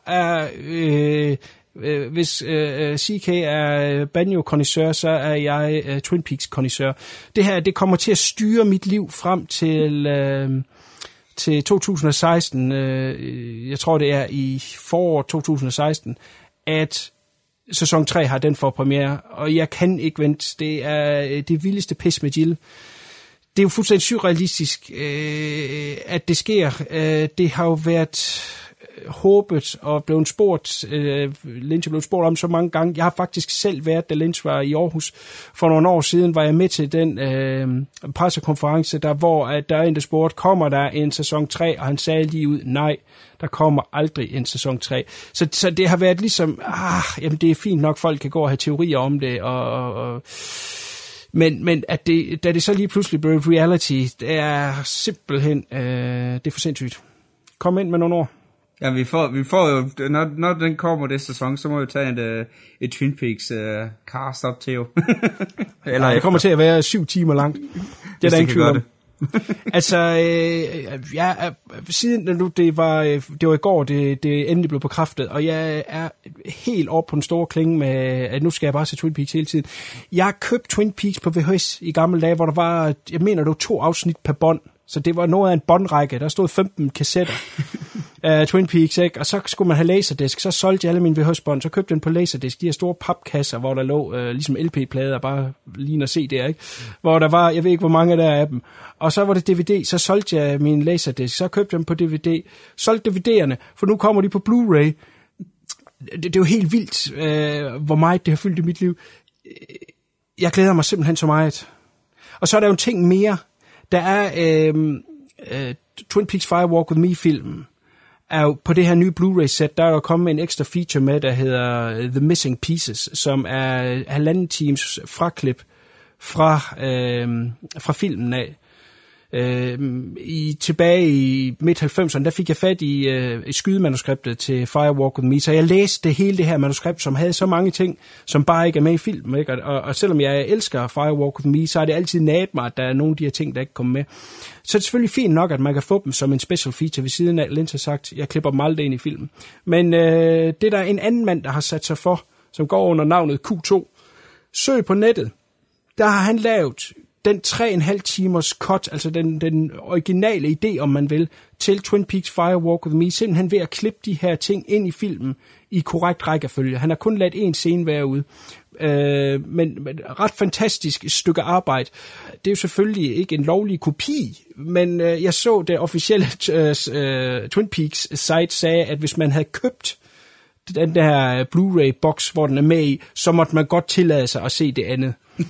S8: hvis CK er banjo-kondisseur, så er jeg Twin Peaks-kondisseur. Det her, det kommer til at styre mit liv frem til 2016. Jeg tror, det er i foråret 2016, at sæson 3 har den for premiere, og jeg kan ikke vente. Det er det vildeste pis med Jill. Det er jo fuldstændig surrealistisk, at det sker. Det har jo været håbet og blevet spurgt, Lynch er blevet spurgt om så mange gange. Jeg har faktisk selv været, da Lynch var i Aarhus for nogle år siden, var jeg med til den pressekonference, hvor der er en, der spurgte, kommer der en sæson 3? Og han sagde lige ud, nej, der kommer aldrig en sæson 3. Så det har været ligesom, jamen det er fint nok, folk kan gå og have teorier om det, men at da det så lige pludselig blev reality, det er simpelthen, det er for sindssygt. Kom ind med nogle ord.
S9: Ja, vi får jo, når den kommer det sæson, så må vi tage et Twin Peaks cast op til jo.
S8: Eller det kommer til at være 7 timer langt. Det er der ingen tvivl om. Altså, siden nu, det var i går, det endelig blev bekræftet, og jeg er helt oppe på den store klinge med, at nu skal jeg bare se Twin Peaks hele tiden. Jeg har købt Twin Peaks på VHS i gamle dage, hvor der var, jeg mener, det var 2 afsnit per bånd, så det var noget af en båndrække. Der stod 15 kassetter af Twin Peaks, ikke? Og så skulle man have Laserdisc, så solgte jeg alle mine VHS-bånd, så købte den på Laserdisc, de her store papkasser, hvor der lå ligesom LP-plader, bare lige at se der, ikke? Hvor der var, jeg ved ikke, hvor mange der af dem. Og så var det DVD, så solgte jeg min Laserdisc, så købte jeg dem på DVD, solgte DVD'erne, for nu kommer de på Blu-ray. Det er jo helt vildt, hvor meget det har fyldt i mit liv. Jeg glæder mig simpelthen så meget. Og så er der jo en ting mere. Der er Twin Peaks Fire Walk With Me-filmen, er jo på det her nye Blu-ray-sæt, der er jo kommet en ekstra feature med, der hedder The Missing Pieces, som er 1,5 times fraklip fra filmen af. Tilbage i midt-90'erne, der fik jeg fat i skydemanuskriptet til Fire Walk With Me, så jeg læste hele det her manuskript, som havde så mange ting, som bare ikke er med i filmen, ikke? Og selvom jeg elsker Fire Walk With Me, så er det altid nært mig, at der er nogle af de her ting, der ikke kommer med. Så er det selvfølgelig fint nok, at man kan få dem som en special feature ved siden af. Lynch har sagt, jeg klipper dem aldrig ind i filmen. Men det er der en anden mand, der har sat sig for, som går under navnet Q2. Søg på nettet. Der har han lavet den 3,5 timers cut, altså den originale idé, om man vil, til Twin Peaks Fire Walk With Me, simpelthen ved at klippe de her ting ind i filmen i korrekt rækkefølge. Han har kun ladt en scene være ude. Men ret fantastisk stykke arbejde. Det er jo selvfølgelig ikke en lovlig kopi, men jeg så det officielle Twin Peaks site sagde, at hvis man havde købt den der Blu-ray-boks, hvor den er med i, så måtte man godt tillade sig at se det andet.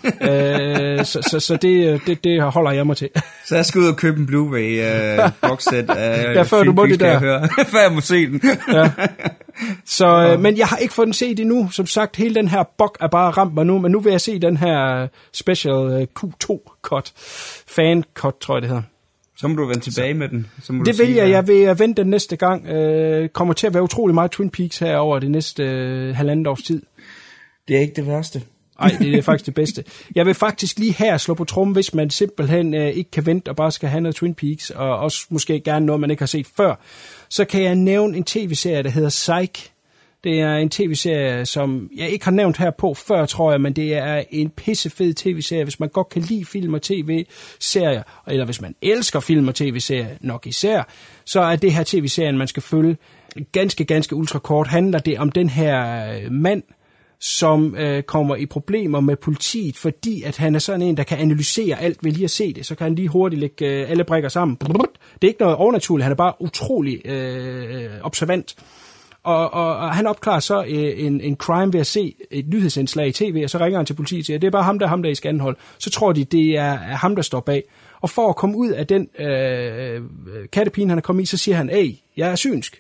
S8: Så det holder jeg mig til.
S9: Så jeg skal ud og købe en Blu-ray-boxset af
S8: før du må det der.
S9: Før jeg må se den.
S8: Ja. Så, men jeg har ikke fået den set endnu. Som sagt, hele den her bog er bare ramt mig nu, men nu vil jeg se den her special Q2-cut. Fan-cut, tror jeg det hedder.
S9: Så må du vende tilbage med den. Så må
S8: det vil jeg. Jeg vil vente den næste gang. Kommer til at være utrolig meget Twin Peaks her over det næste halvandet års tid.
S9: Det er ikke det værste.
S8: Nej, det er faktisk det bedste. Jeg vil faktisk lige her slå på trommen, hvis man simpelthen ikke kan vente og bare skal have noget Twin Peaks, og også måske gerne noget, man ikke har set før. Så kan jeg nævne en tv-serie, der hedder Psych. Det er en tv-serie, som jeg ikke har nævnt her på før, tror jeg, men det er en pissefed tv-serie, hvis man godt kan lide film og tv-serier, eller hvis man elsker film og tv-serier nok især, så er det her tv-serien, man skal følge. Ganske ultrakort handler det om den her mand, som kommer i problemer med politiet, fordi at han er sådan en, der kan analysere alt ved lige at se det. Så kan han lige hurtigt lægge alle brikker sammen. Det er ikke noget overnaturligt, han er bare utrolig observant. Og han opklarer så en crime ved at se et nyhedsindslag i tv, og så ringer han til politiet og siger, det er bare ham der er i Skanderhold. Så tror de, det er ham, der står bag. Og for at komme ud af den kattepine, han er kommet i, så siger han, jeg er synsk.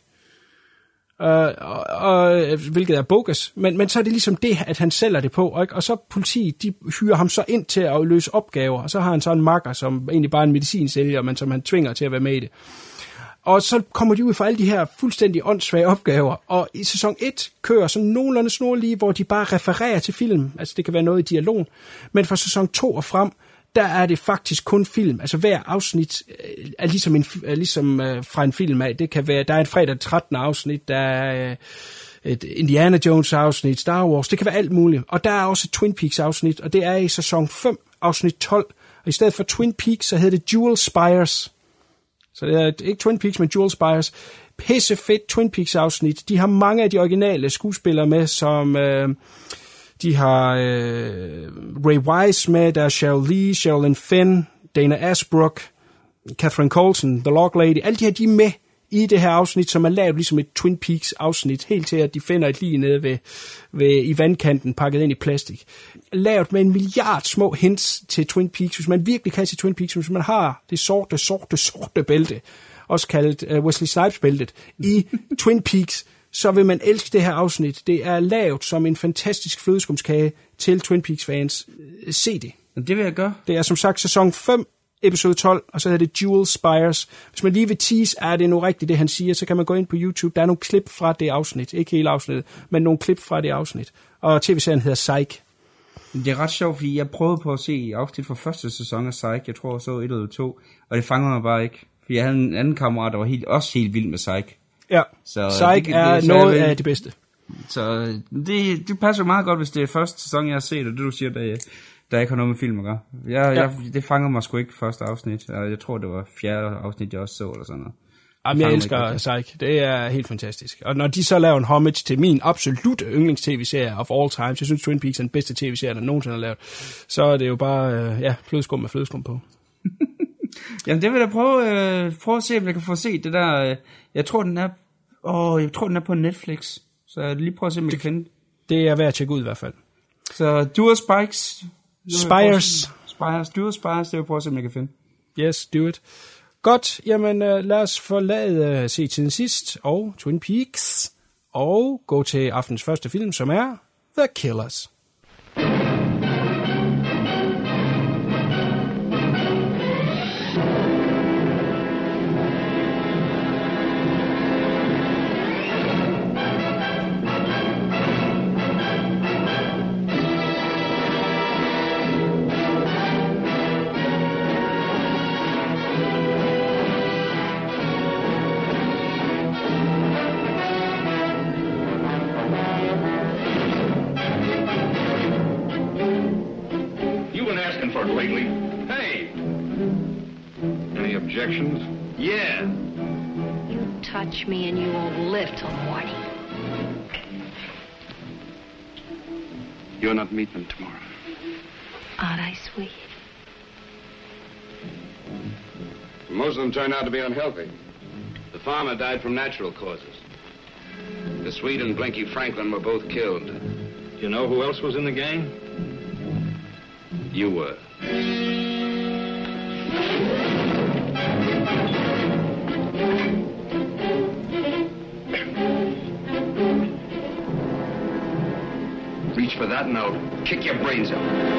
S8: Hvilket er bogus, men så er det ligesom det, at han sælger det på, ikke? Og så politiet, de hyrer ham så ind til at løse opgaver, og så har han så en makker, som egentlig bare er en medicinsælger, men som han tvinger til at være med i det. Og så kommer de ud for alle de her fuldstændig åndssvage opgaver, og i sæson 1 kører sådan nogenlunde snorlige, hvor de bare refererer til film, altså det kan være noget i dialogen, men fra sæson 2 og frem, der er det faktisk kun film. Altså hver afsnit er ligesom fra en film af. Det kan være, der er et fredag 13. afsnit, der er et Indiana Jones afsnit, Star Wars, det kan være alt muligt. Og der er også et Twin Peaks afsnit, og det er i sæson 5, afsnit 12. Og i stedet for Twin Peaks, så hedder det Jewel Spires. Så det er ikke Twin Peaks, men Jewel Spires. Pissefedt Twin Peaks afsnit. De har mange af de originale skuespillere med, som... De har Ray Wise med, der er Cheryl Lee, Sherilyn Fenn, Dana Asbrook, Catherine Coulson, The Log Lady. Alle de her, de er med i det her afsnit, som er lavet ligesom et Twin Peaks afsnit, helt til at de finder et lig nede i vandkanten, pakket ind i plastik. Lavet med 1 milliard små hints til Twin Peaks. Hvis man virkelig kan se Twin Peaks, hvis man har det sorte bælte, også kaldet Wesley Snipes-bæltet, i Twin Peaks, så vil man elske det her afsnit. Det er lavet som en fantastisk flødeskumskage til Twin Peaks-fans. Se det.
S9: Det vil jeg gøre.
S8: Det er som sagt sæson 5, episode 12, og så hedder det Jewel Spires. Hvis man lige vil tease, er det nu rigtigt, det han siger, så kan man gå ind på YouTube. Der er nogle klip fra det afsnit. Ikke hele afsnittet, men nogle klip fra det afsnit. Og tv-serien hedder Psych.
S9: Det er ret sjovt, fordi jeg prøvede på at se afsnit fra første sæson af Psych. Jeg tror, jeg så 1 eller 2, og det fangede mig bare ikke. For jeg havde en anden kammerat, der var også helt vild med Psych.
S8: Ja, så Psych er noget af det bedste.
S9: Så det passer meget godt, hvis det er første sæson, jeg har set, og det du siger, der ikke har noget med film at gøre. Det fanger mig sgu ikke første afsnit. Jeg tror, det var 4. afsnit, jeg også så, eller sådan noget.
S8: Jamen, jeg elsker Psych. Det er helt fantastisk. Og når de så laver en homage til min absolut yndlings-tv-serie of all times, jeg synes Twin Peaks er den bedste tv-serie, der nogensinde har lavet, så er det jo bare, flødeskum med flødeskum på.
S9: Jamen, det vil jeg prøve at se, om jeg kan få set det der. Jeg tror, den er på Netflix. Så jeg lige prøve at se, om jeg kan finde. Det
S8: er værd at tjekke ud i hvert fald.
S9: Så Dual Spires, Dual Spires, det vil jeg prøve at se, om jeg kan finde.
S8: Yes, do it. Godt, jamen lad os forlade Se Tiden Sidst og Twin Peaks, og gå til aftens første film, som er The Killers.
S10: Objections? Yeah.
S11: You touch me and you won't live till morning.
S10: You're not meeting them tomorrow.
S11: Aren't I sweet?
S10: Most of them turned out to be unhealthy. The farmer died from natural causes. The Swede and Blinky Franklin were both killed. Do you know who else was in the gang? You were. Reach for that note. Kick your brains out.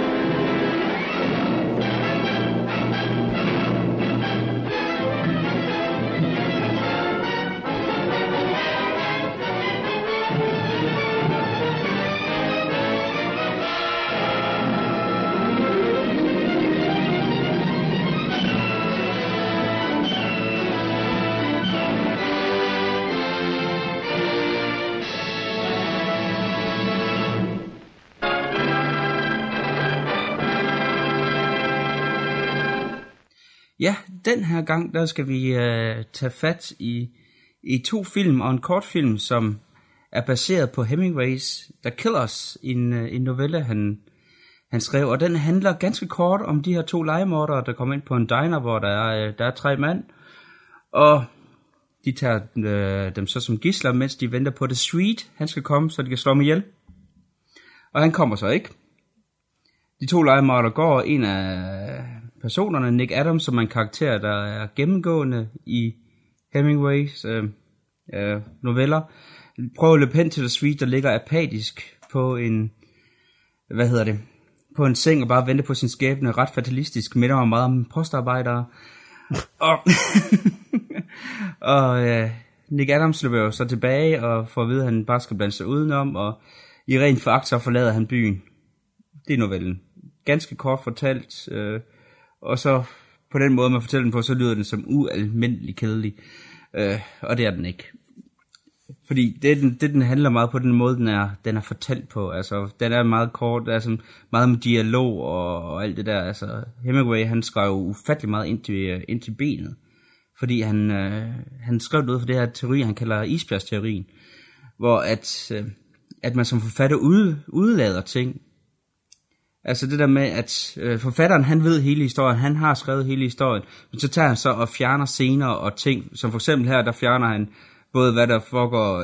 S9: Ja, den her gang, der skal vi tage fat i 2 film og en kortfilm, som er baseret på Hemingways The Killers, en novelle, han skrev. Og den handler ganske kort om de her 2 legemordere, der kommer ind på en diner, hvor der er 3 mand. Og de tager dem så som gidsler, mens de venter på The Swede. Han skal komme, så de kan slå dem ihjel. Og han kommer så ikke. De 2 legemordere går, en af personerne, Nick Adams, som er en karakter, der er gennemgående i Hemingways noveller, prøver at løbe hen til The Swede, der ligger apatisk på en, på en seng og bare venter på sin skæbne, ret fatalistisk, minder mig meget om postarbejdere. og Nick Adams løber jo så tilbage og får at vide, at han bare skal blande sig udenom, og i ren foragt så forlader han byen. Det er novellen. Ganske kort fortalt, og så på den måde, man fortæller den på, så lyder den som ualmindelig kedelig. Og det er den ikke. Fordi den handler meget på den måde, den er fortalt på. Altså, den er meget kort, altså meget med dialog og alt det der. Altså, Hemingway, han skrev ufattelig meget ind til benet. Fordi han skrev noget for det her teori, han kalder isbjergsteorien. Hvor at man som forfatter udlader ting. Altså det der med, at forfatteren, han ved hele historien, han har skrevet hele historien, men så tager han så og fjerner scener og ting, som for eksempel her, der fjerner han både hvad der foregår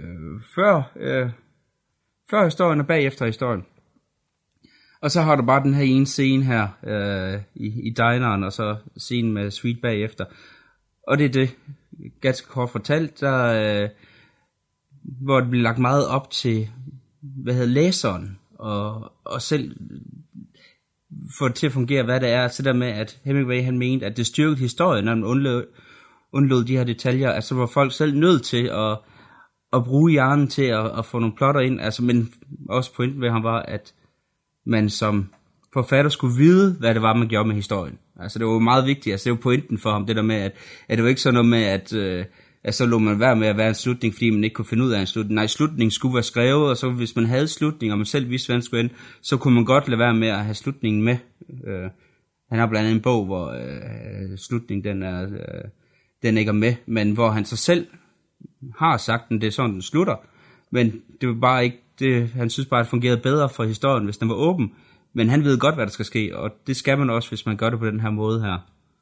S9: før historien og bagefter historien. Og så har du bare den her ene scene her i dineren, og så scenen med Sweet bagefter. Og det er det, ganske kort fortalt, der, hvor det bliver lagt meget op til, læseren, og selv få det til at fungere, hvad det er. Så der med, at Hemingway han mente, at det styrkede historien, når man undlod de her detaljer. Altså var folk selv nødt til at bruge hjernen til at få nogle plotter ind. Altså, men også pointen ved ham var, at man som forfatter skulle vide, hvad det var, man gjorde med historien. Altså det var meget vigtigt. Altså det var pointen for ham, det der med, at det var ikke sådan noget med, at så lå man være med at være en slutning, fordi man ikke kunne finde ud af en slutning. Nej, slutningen skulle være skrevet, og så hvis man havde slutning, og man selv vidste, hvad den skulle ende, så kunne man godt lade være med at have slutningen med. Han har blandt andet en bog, hvor slutningen den ikke er med, men hvor han så selv har sagt, at det er sådan, den slutter. Men det var bare ikke det. Han synes bare, at det fungerede bedre for historien, hvis den var åben. Men han ved godt, hvad der skal ske, og det skal man også, hvis man gør det på den her måde her.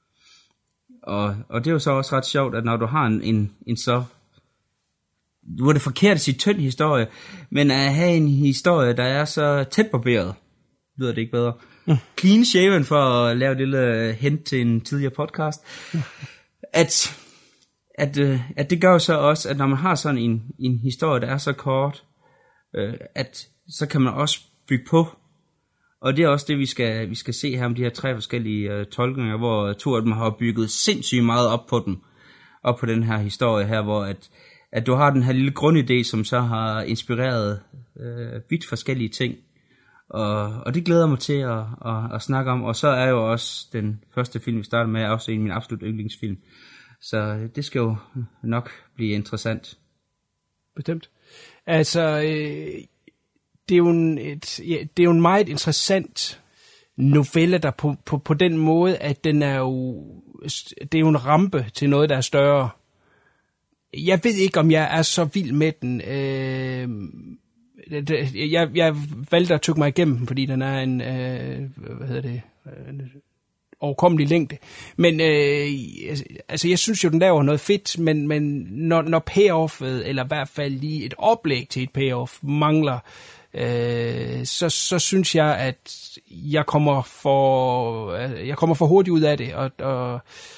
S9: Og det er jo så også ret sjovt, at når du har en så... Nu er det forkert at sige tynd historie, men at have en historie, der er så tæt barberet, lyder det ikke bedre. Clean shaven, for at lave et lille hint til en tidligere podcast. At det gør så også, at når man har sådan en historie, der er så kort, at så kan man også bygge på. Og det er også det, vi skal se her om de her 3 forskellige tolkninger, hvor 2 af dem har bygget sindssygt meget op på dem. Op på den her historie her, hvor at du har den her lille grundidé, som så har inspireret vidt forskellige ting. Og det glæder mig til at snakke om. Og så er jo også den første film, vi starter med, også en af mine absolut yndlingsfilm. Så det skal jo nok blive interessant.
S8: Bestemt. Altså... Det er jo en meget interessant novelle, der på den måde, at det er jo en rampe til noget, der er større. Jeg ved ikke, om jeg er så vild med den. Jeg valgte at tykke mig igennem den, fordi den er en, overkommelig længde. Men altså, jeg synes jo, den laver noget fedt, men når payoffet, eller i hvert fald lige et oplæg til et payoff, mangler, så synes jeg, at jeg kommer for hurtigt ud af det, og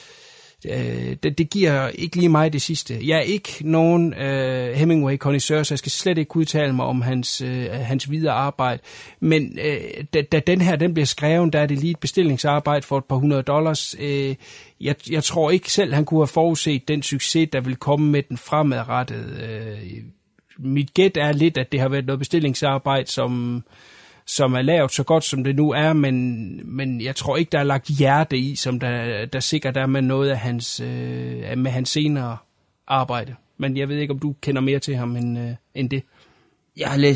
S8: det giver ikke lige mig det sidste. Jeg er ikke nogen Hemingway-kondisseur, så jeg skal slet ikke udtale mig om hans videre arbejde. Men da den her den bliver skrevet, der er det lige et bestillingsarbejde for et par $100. Jeg tror ikke selv, han kunne have forudset den succes, der vil komme med den fremadrettet. Mit gæt er lidt, at det har været noget bestillingsarbejde, som er lavet så godt, som det nu er, men jeg tror ikke, der er lagt hjerte i, som der sikkert er med noget af hans senere arbejde. Men jeg ved ikke, om du kender mere til ham end det.
S9: Jeg har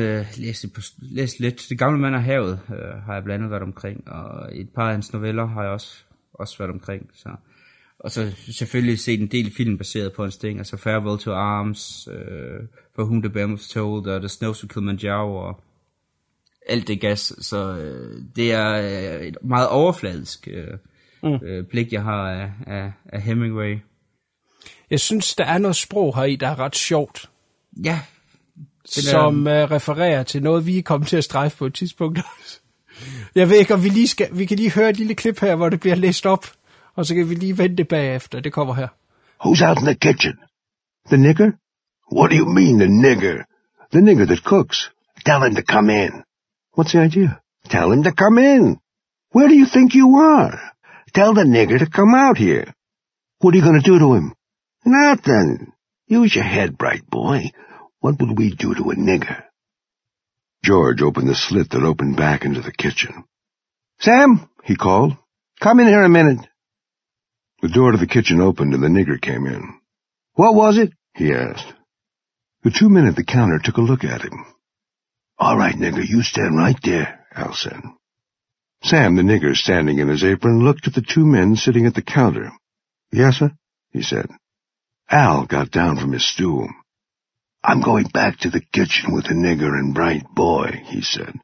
S9: læst lidt. Det gamle mand af havet har jeg blandt andet været omkring, og et par af hans noveller har jeg også været omkring. Så. Og så selvfølgelig set en del film baseret på hans ting, altså Farewell to Arms, For Whom the Bell Was Tolled, og The Snows of Kilimanjaro, og alt det gas. Så det er et meget overfladisk blik, jeg har af Hemingway.
S8: Jeg synes, der er noget sprog heri, der er ret sjovt.
S9: Ja.
S8: Som refererer til noget, vi er kommet til at strejfe på et tidspunkt. Jeg ved ikke, om vi kan lige høre et lille klip her, hvor det bliver læst op, og så kan vi lige vente bagefter. Det kommer her.
S3: Who's out in the kitchen? The nigger? What do you mean, the nigger? The nigger that cooks. Tell him to come in. What's the idea? Tell him to come in. Where do you think you are? Tell the nigger to come out here. What are you going to do to him? Nothing. Use your head, bright boy. What would we do to a nigger? George opened the slit that opened back into the kitchen. Sam, he called. Come in here a minute. The door to the kitchen opened and the nigger came in. What was it? He asked. The 2 men at the counter took a look at him. All right, nigger, you stand right there, Al said. Sam, the nigger, standing in his apron, looked at the 2 men sitting at the counter. Yes, sir, he said. Al got down from his stool. I'm going back to the kitchen with the nigger and bright boy, he said.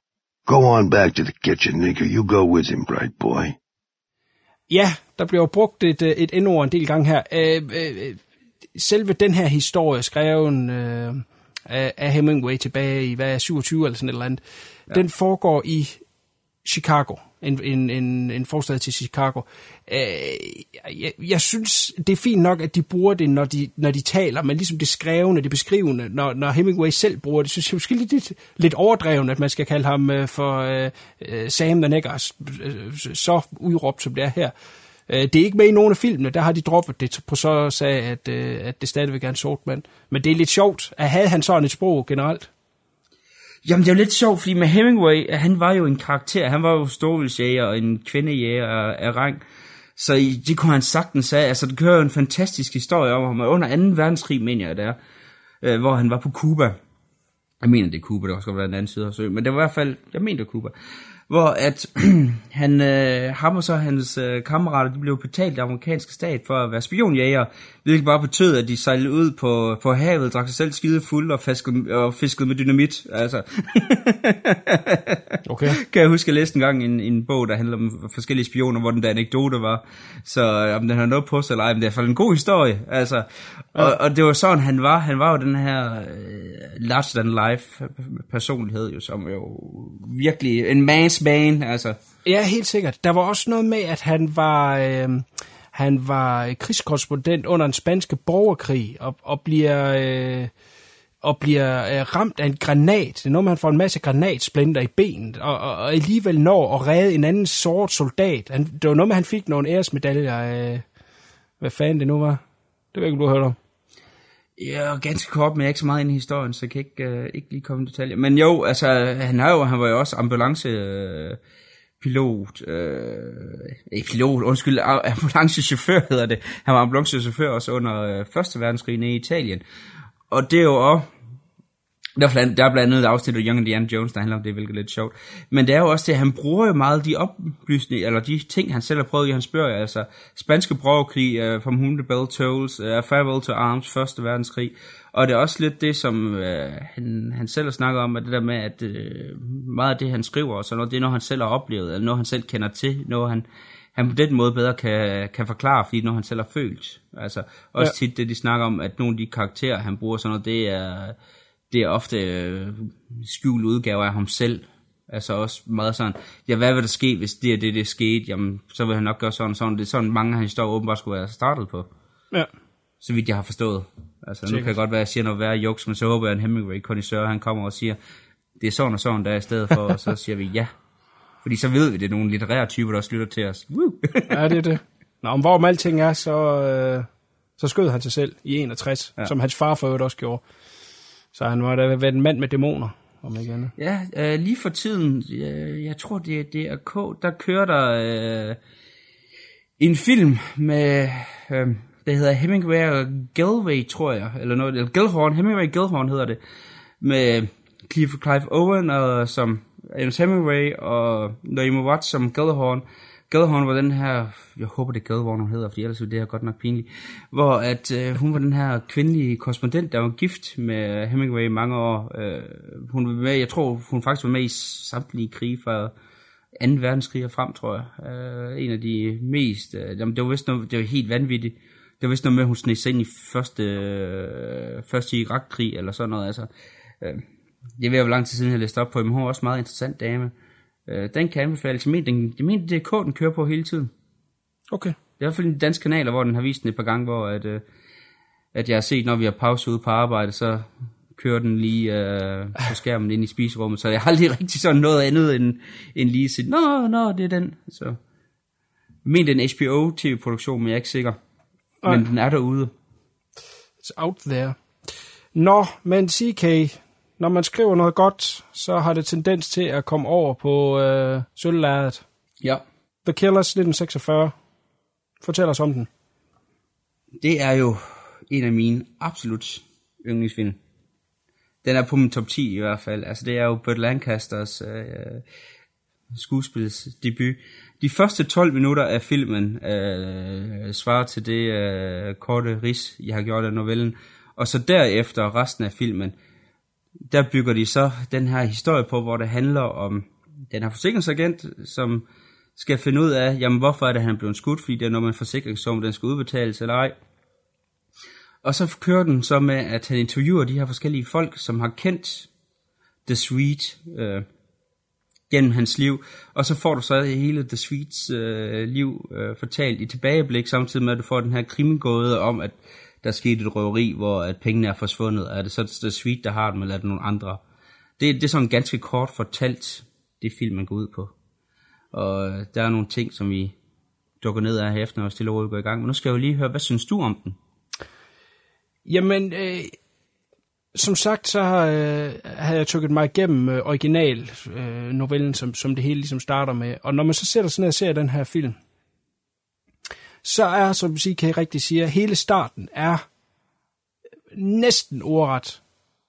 S3: Go on back to the kitchen, nigger. You go with him, bright boy.
S8: Ja, der bliver jo brugt et endord en del gange her. Selve den her historie, skreven af Hemingway tilbage i 27 eller sådan et eller andet, den foregår i Chicago. En forstad til Chicago. Jeg synes, det er fint nok, at de bruger det, når de taler, men ligesom det skrevne, det beskrivende, når Hemingway selv bruger det, synes jeg måske lidt overdrevet, at man skal kalde ham for Sam the Nigger, så udråbt som det er her. Det er ikke med i nogen af filmene, der har de droppet det på så sag, at det stadigvæk er en sort mand. Men det er lidt sjovt, at havde han sådan et sprog generelt?
S9: Jamen, det er jo lidt sjovt, fordi med Hemingway, han var jo en karakter. Han var jo storvildsjæger og en kvindejæger af rang. Så det kunne han sagtens sige. Altså, det kører jo en fantastisk historie om ham. Under 2. verdenskrig, mener jeg, der, hvor han var på Cuba. Jeg mener, det er Cuba, det også godt være den anden side af søen. Men det var i hvert fald, jeg mener, det er Cuba. Hvor at ham og så hans kammerater, de blev betalt af amerikanske stat for at være spionjæger, hvilket bare betød, at de sejlede ud på havet, drak sig selv skide fuld og fiskede med dynamit. Altså.
S8: Okay.
S9: Kan jeg huske, at jeg læste engang en bog, der handler om forskellige spioner, hvor den der anekdote var. Så om den har noget på sig eller ej, men det er i hvert fald en god historie. Altså. Og det var sådan, han var. Han var jo den her larger than life personlighed, jo, som jo virkelig en man's man, altså. Ja,
S8: helt sikkert. Der var også noget med, at han var krigskorrespondent under den spanske borgerkrig, og bliver ramt af en granat. Det er noget, man får en masse granatsplinter i benet, og alligevel når at redde en anden sort soldat. Det var noget med, han fik nogle æresmedaljer. Hvad fanden det nu var? Det ved ikke, du har hørt om.
S9: Ja, ganske kort, men jeg er ikke så meget inde i historien, så jeg kan ikke lige komme i detaljer. Men jo, altså, han var jo også ambulancechauffør hedder det. Han var ambulancechauffør også under 1. verdenskrig i Italien. Og det er jo også, der er blandt andet et afsnit af Young Indiana Jones, der handler om det, hvilket er lidt sjovt. Men det er jo også det, at han bruger jo meget de oplysninger, eller de ting, han selv har prøvet i hans bøger, altså spanske borgerkrig, From Whom the Bell Tolls, Farewell to Arms, 1. verdenskrig. Og det er også lidt det, som han selv har snakket om, at det der med, at meget af det, han skriver, og sådan noget, det er noget, han selv har oplevet, eller noget, han selv kender til, noget han på den måde bedre kan forklare, fordi noget, han selv har følt. Altså også tit det, de snakker om, at nogle af de karakterer, han bruger, sådan noget, det er ofte skjult udgaver af ham selv. Altså også meget sådan, ja, hvad vil der ske, hvis det skete? Jamen, så vil han nok gøre sådan og sådan. Det er sådan, mange af hans historier åbenbart skulle være startet på. Ja. Så vidt jeg har forstået. Altså, nu kan det godt være, at jeg siger noget værre juks, men så håber jeg, at en Hemingway-kondisseur, han kommer og siger, det er sådan og sådan, der er i stedet for, og så siger vi ja. Fordi så ved vi, det er nogle litterære typer, der også lytter til os.
S8: Ja, det er det. Nå, om hvorom alting er, så skød han sig selv i 61, som hans far for øvrigt også gjorde. Så han var da været en mand med dæmoner, om ikke andet.
S9: Ja, lige for tiden, jeg tror det er K, der kører der en film med, der hedder Hemingway og Gilway, tror jeg, eller noget, eller Gellhorn, Hemingway Gellhorn hedder det, med Clive Owen og som Ernest Hemingway og Naomi Watts som Gellhorn. Gellhorn var den her, jeg håber det er Gellhorn hun hedder, fordi ellers er det godt nok pinligt, hvor at hun var den her kvindelige korrespondent, der var gift med Hemingway i mange år. Hun var med, jeg tror hun faktisk var med i samtlige krige fra 2. verdenskrig og frem, tror jeg. En af de mest, det var vist noget, det var helt vanvittigt. Det var vist noget med, at hun sneg sig ind i første Irak-krig eller sådan noget. Altså, jeg ved, hvor lang tid siden jeg læste op på, men hun var også en meget interessant dame. Den kan anbefales. Jeg mener, det er K, den kører på hele tiden.
S8: Okay.
S9: Det er i hvert fald de danske kanaler, hvor den har vist den et par gange, hvor at jeg har set, når vi har pause ude på arbejde, så kører den lige på skærmen ind i spiserummet, så jeg har aldrig rigtig sådan noget andet end lige set, nå, det er den. Så jeg mener, det er en HBO-tv-produktion, men jeg er ikke sikker. Men den er derude.
S8: It's out there. Nå, men CK, når man skriver noget godt, så har det tendens til at komme over på sølvlærredet.
S9: Ja.
S8: The Killers 1946. Fortæl os om den.
S9: Det er jo en af mine absolut yndlingsfilm. Den er på min top 10 i hvert fald. Altså det er jo Burt Lancasters skuespilsdebut. De første 12 minutter af filmen svarer til det korte rids, jeg har gjort af novellen. Og så derefter resten af filmen, der bygger de så den her historie på, hvor det handler om den her forsikringsagent, som skal finde ud af, jamen hvorfor er det, han er blevet skudt, fordi det er noget med en forsikringssum, den skal udbetales eller ej. Og så kører den så med, at han interviewer de her forskellige folk, som har kendt The Sweet gennem hans liv, og så får du så hele The Sweets liv fortalt i tilbageblik, samtidig med, at du får den her krimigåde om, at der skete et røveri, hvor at pengene er forsvundet. Er det så The Sweet, der har dem, eller er det nogle andre? Det er sådan ganske kort fortalt, det film, man går ud på. Og der er nogle ting, som vi dukker ned af herefter, og stille og roligt går i gang. Men nu skal jeg jo lige høre, hvad synes du om den?
S8: Jamen, som sagt, så havde jeg tykket mig igennem original novellen, som det hele ligesom starter med. Og når man så sætter sig ned og ser den her film, så er, som vi kan I rigtig sige, hele starten er næsten ordret,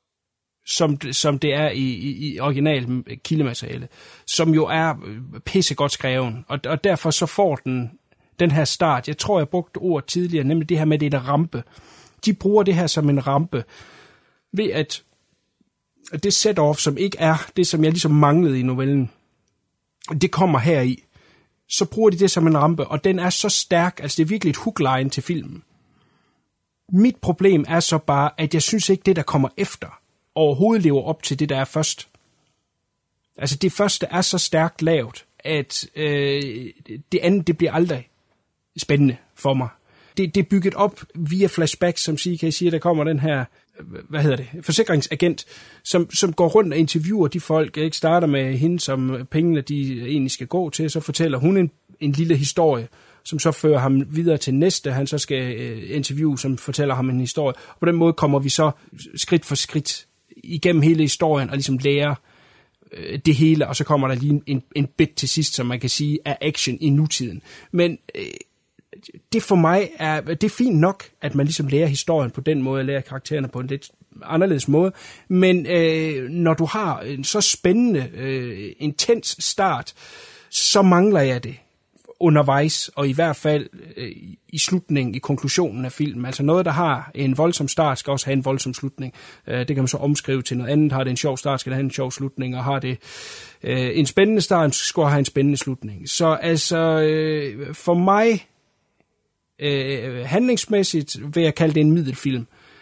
S8: som det er i original kildemateriale, som jo er pissegodt skreven. Og derfor så får den her start. Jeg tror, jeg brugte ord tidligere, nemlig det her med, det er en rampe. De bruger det her som en rampe, ved at det set-off, som ikke er det, som jeg ligesom manglede i novellen, det kommer her i. Så bruger de det som en rampe, og den er så stærk, altså det er virkelig et hookline til filmen. Mit problem er så bare, at jeg synes ikke, det der kommer efter, overhovedet lever op til det, der er først. Altså det første er så stærkt lavt, at det andet, det bliver aldrig spændende for mig. Det er bygget op via flashbacks, som CK siger, der kommer den her, forsikringsagent, som går rundt og interviewer de folk, ikke? Starter med hende, som pengene de egentlig skal gå til, så fortæller hun en lille historie, som så fører ham videre til næste, han så skal interviewe, som fortæller ham en historie. Og på den måde kommer vi så skridt for skridt igennem hele historien og ligesom lærer det hele, og så kommer der lige en bit til sidst, som man kan sige er action i nutiden. Men det for mig det er fint nok, at man ligesom lærer historien på den måde, og lærer karaktererne på en lidt anderledes måde, men når du har en så spændende, intens start, så mangler jeg det undervejs, og i hvert fald i slutningen, i konklusionen af filmen. Altså noget, der har en voldsom start, skal også have en voldsom slutning. Det kan man så omskrive til noget andet. Har det en sjov start, skal det have en sjov slutning, og har det en spændende start, skal det have en spændende slutning. Så altså, for mig, handlingsmæssigt vil jeg kalde det en middelfilm.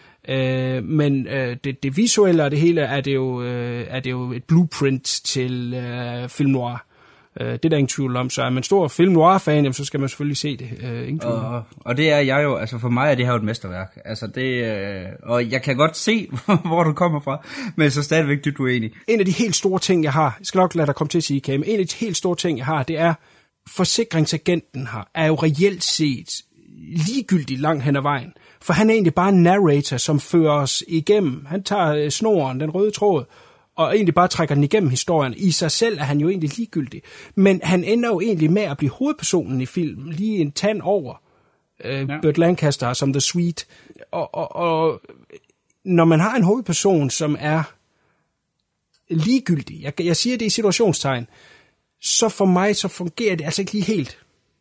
S8: Men det visuelle og det hele er det jo et blueprint til film noir. Det er der ingen tvivl om. Så er man stor film noir-fan, jamen, så skal man selvfølgelig se det. Ingen tvivl om.
S9: Og det er jeg jo, altså for mig er det her jo et mesterværk. Altså og jeg kan godt se, hvor du kommer fra, men så stadigvæk dybt uenig. En
S8: af de helt store ting, jeg har, jeg skal nok lade dig komme til at sige, Cam, en af de helt store ting, jeg har, det er, forsikringsagenten her er jo reelt set ligegyldigt langt hen ad vejen. For han er egentlig bare en narrator, som fører os igennem. Han tager snoren, den røde tråd, og egentlig bare trækker den igennem historien. I sig selv er han jo egentlig ligegyldig. Men han ender jo egentlig med at blive hovedpersonen i filmen, lige en tand over Burt Lancaster som The Sweet. Og når man har en hovedperson, som er ligegyldig, jeg siger det i situationstegn, så for mig, så fungerer det altså ikke lige helt.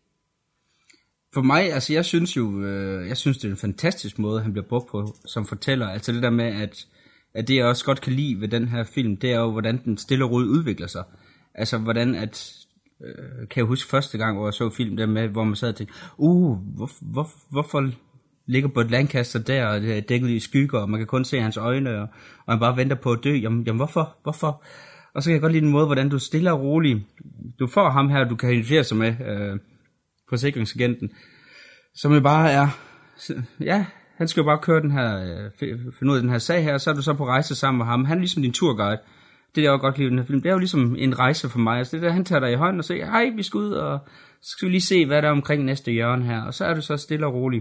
S9: For mig, altså jeg synes det er en fantastisk måde, han bliver brugt på som fortæller. Altså det der med, at det jeg også godt kan lide ved den her film, det er jo, hvordan den stille og roligt udvikler sig. Altså hvordan kan jeg huske første gang, hvor jeg så film der med, hvor man sad og tænkte, hvorfor ligger Burt Lancaster der, og det er dækket i skygger, og man kan kun se hans øjne, og han bare venter på at dø. Jamen hvorfor? Og så kan jeg godt lide den måde, hvordan du stille og roligt, du får ham her, du kan identificere sig med, forsikringsagenten, som jo bare er, ja, han skal jo bare køre den her, finde ud af den her sag her, og så er du så på rejse sammen med ham. Han er ligesom din turguide. Det er jeg også godt lide den her film. Det er jo ligesom en rejse for mig. Altså det der, han tager dig i hånden og siger, hej, vi skal ud, og så skal vi lige se, hvad der er omkring næste hjørne her. Og så er du så stille og rolig.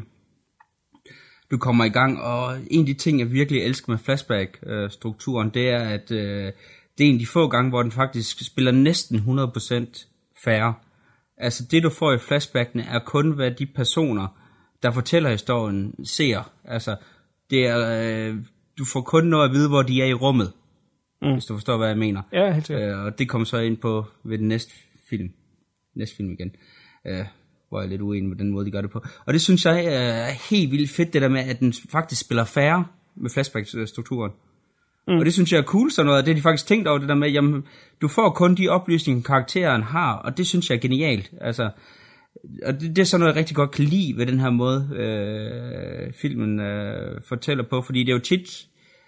S9: Du kommer i gang, og en af de ting, jeg virkelig elsker med flashback-strukturen, det er, at det er en af de få gange, hvor den faktisk spiller næsten 100% færre. Altså det, du får i flashbackene, er kun, hvad de personer, der fortæller historien, ser. Altså, det er, du får kun noget at vide, hvor de er i rummet, hvis du forstår, hvad jeg mener.
S8: Ja, helt sikkert.
S9: Og det kommer så ind på ved den næste film igen, hvor jeg er lidt uenig med den måde, de gør det på. Og det synes jeg er helt vildt fedt, det der med, at den faktisk spiller færre med flashback-strukturen. Og det synes jeg er cool, sådan noget. Det har de faktisk tænkt over, det der med, jamen, du får kun de oplysninger, karakteren har, og det synes jeg er genialt. Altså, og det er sådan noget, jeg rigtig godt kan lide ved den her måde, filmen fortæller på, fordi det er jo tit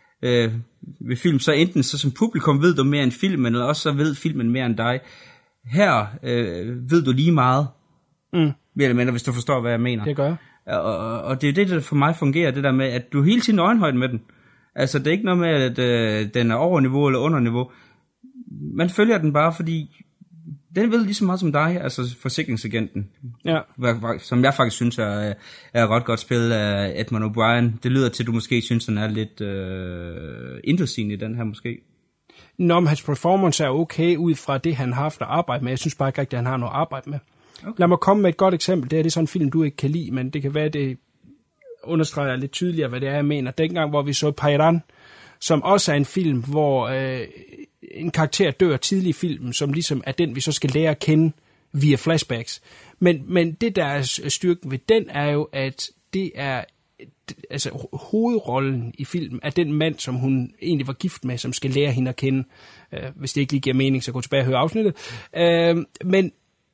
S9: ved film, så enten så som publikum ved du mere end filmen, eller også så ved filmen mere end dig. Her ved du lige meget, mere eller mindre, hvis du forstår, hvad jeg mener.
S8: Det gør jeg.
S9: Og det er det, der for mig fungerer, det der med, at du hele tiden øjenhøjden med den. Altså, det er ikke noget med, at den er over niveau eller under niveau. Man følger den bare, fordi den ved lige så meget som dig, altså forsikringsagenten.
S8: Ja.
S9: Som jeg faktisk synes er ret godt spillet af Edmund O'Brien. Det lyder til, at du måske synes, den er lidt indersigende i den her måske.
S8: Nå, men hans performance er okay ud fra det, han har haft at arbejde med. Jeg synes bare ikke rigtigt, at han har noget at arbejde med. Okay. Lad mig komme med et godt eksempel. Det er sådan en film, du ikke kan lide, men det kan være, det understreger lidt tydeligere, hvad det er, jeg mener. Dengang, hvor vi så Pairan, som også er en film, hvor en karakter dør tidlig i filmen, som ligesom er den, vi så skal lære at kende via flashbacks. Men det, der er styrken ved den, er jo, at det er altså hovedrollen i filmen er den mand, som hun egentlig var gift med, som skal lære hende at kende. Hvis det ikke lige giver mening, så gå tilbage og høre afsnittet. Men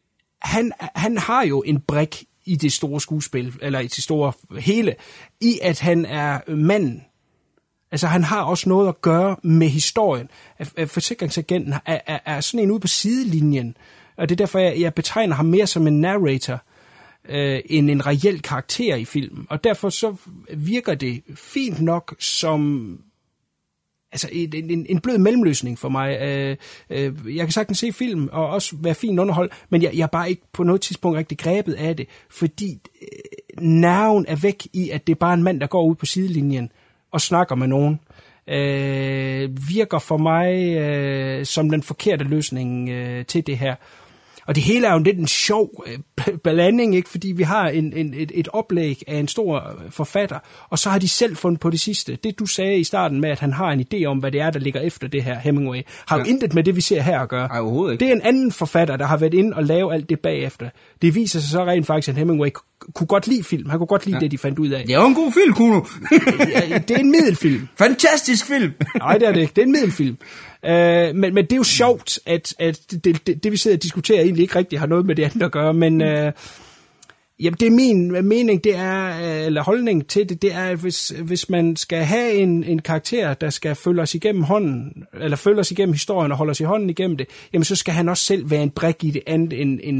S8: han har jo en brik i det store skuespil, eller i det store hele, i at han er manden. Altså han har også noget at gøre med historien. Forsikringsagenten er sådan en ude på sidelinjen, og det er derfor, jeg betegner ham mere som en narrator, end en reel karakter i filmen. Og derfor så virker det fint nok som altså en blød mellemløsning for mig. Jeg kan sagtens se film og også være fin underhold, men jeg er bare ikke på noget tidspunkt rigtig grebet af det, fordi nerven er væk i, at det er bare en mand, der går ud på sidelinjen og snakker med nogen. Virker for mig som den forkerte løsning til det her. Og det hele er jo lidt en sjov blanding, ikke? Fordi vi har et oplæg af en stor forfatter, og så har de selv fundet på det sidste. Det du sagde i starten med, at han har en idé om, hvad det er, der ligger efter det her, Hemingway, har jo intet med det, vi ser her at gøre.
S9: Ej, overhovedet ikke.
S8: Det er en anden forfatter, der har været inde og lave alt det bagefter. Det viser sig så rent faktisk, at Hemingway kunne godt lide film. Han kunne godt lide det, de fandt ud af.
S9: Det er jo en god film, Kuno.
S8: Det er en middelfilm.
S9: Fantastisk film.
S8: Nej, det er det ikke. Det er en middelfilm. Men det er jo sjovt, at det vi sidder og diskuterer egentlig ikke rigtig har noget med det andet at gøre, men jamen, det er min mening, det er, eller holdning til det, det er, at hvis man skal have en karakter, der skal følge os igennem hånden, eller følge os igennem historien og holde os i hånden igennem det, jamen så skal han også selv være en brik i det andet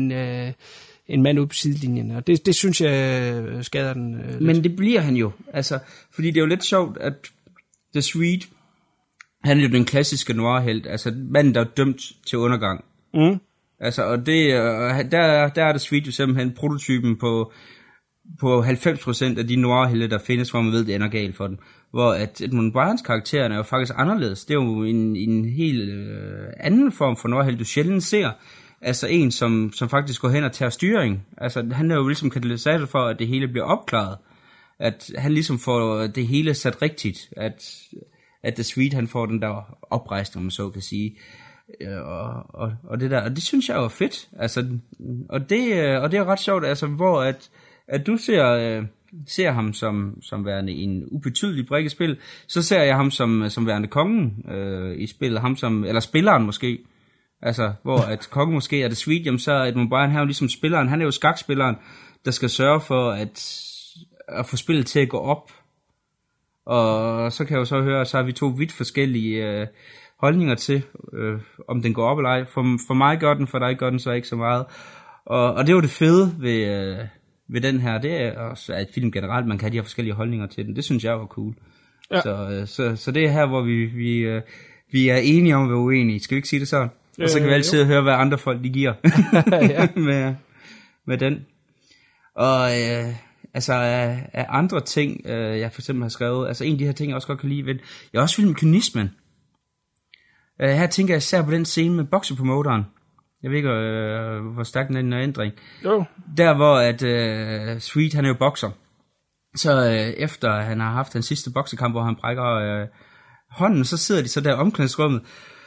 S8: en mand ude på sidelinjen, og det synes jeg skader den lidt.
S9: Men det bliver han jo, altså, fordi det er jo lidt sjovt, at The Sweet, han er jo den klassiske noir-helt, altså manden, der er dømt til undergang. Mm. Altså, og det, der er The Sweet jo simpelthen prototypen på 90% af de noir-helte, der findes, hvor man ved, det ender galt for den. Hvor at Edmund O'Briens karakteren er jo faktisk anderledes. Det er jo en helt anden form for noir-helt, du sjældent ser. Altså en, som faktisk går hen og tager styring. Altså, han er jo ligesom katalysator for, at det hele bliver opklaret. At han ligesom får det hele sat rigtigt. At The Sweet, han får den der oprejsning, om man så kan sige. Og det der, og det synes jeg jo er fedt. Altså, og det er ret sjovt, altså, hvor at du ser ham som værende en ubetydelig brik i spil, så ser jeg ham som værende kongen i spillet, ham som, eller spilleren måske. Altså, hvor at kongen måske er The Sweet, jamen så Edmund O'Brien, han er jo ligesom spilleren, han er jo skakspilleren, der skal sørge for at få spillet til at gå op. Og så kan jeg jo så høre, så har vi to vidt forskellige holdninger til, om den går op eller ej. For mig gør den, for dig gør den så ikke så meget. Og det er jo det fede ved den her, det er også, at film generelt, man kan have de her forskellige holdninger til den. Det synes jeg var cool. Ja. Så det er her, hvor vi er enige om at være uenige. Skal vi ikke sige det sådan? Og så kan vi altid høre, hvad andre folk de giver med den. Og altså af andre ting, jeg for eksempel har skrevet, altså en af de her ting, jeg også godt kan lide ved, jeg er også vild med kynismen. Her tænker jeg især på den scene med boksepromoteren. Jeg ved ikke, hvor stærk den er en ændring.
S8: Jo.
S9: Der hvor at Sweet, han er jo bokser. Så efter han har haft den sidste boksekamp, hvor han brækker hånden, så sidder de så der i omklædningsrummet.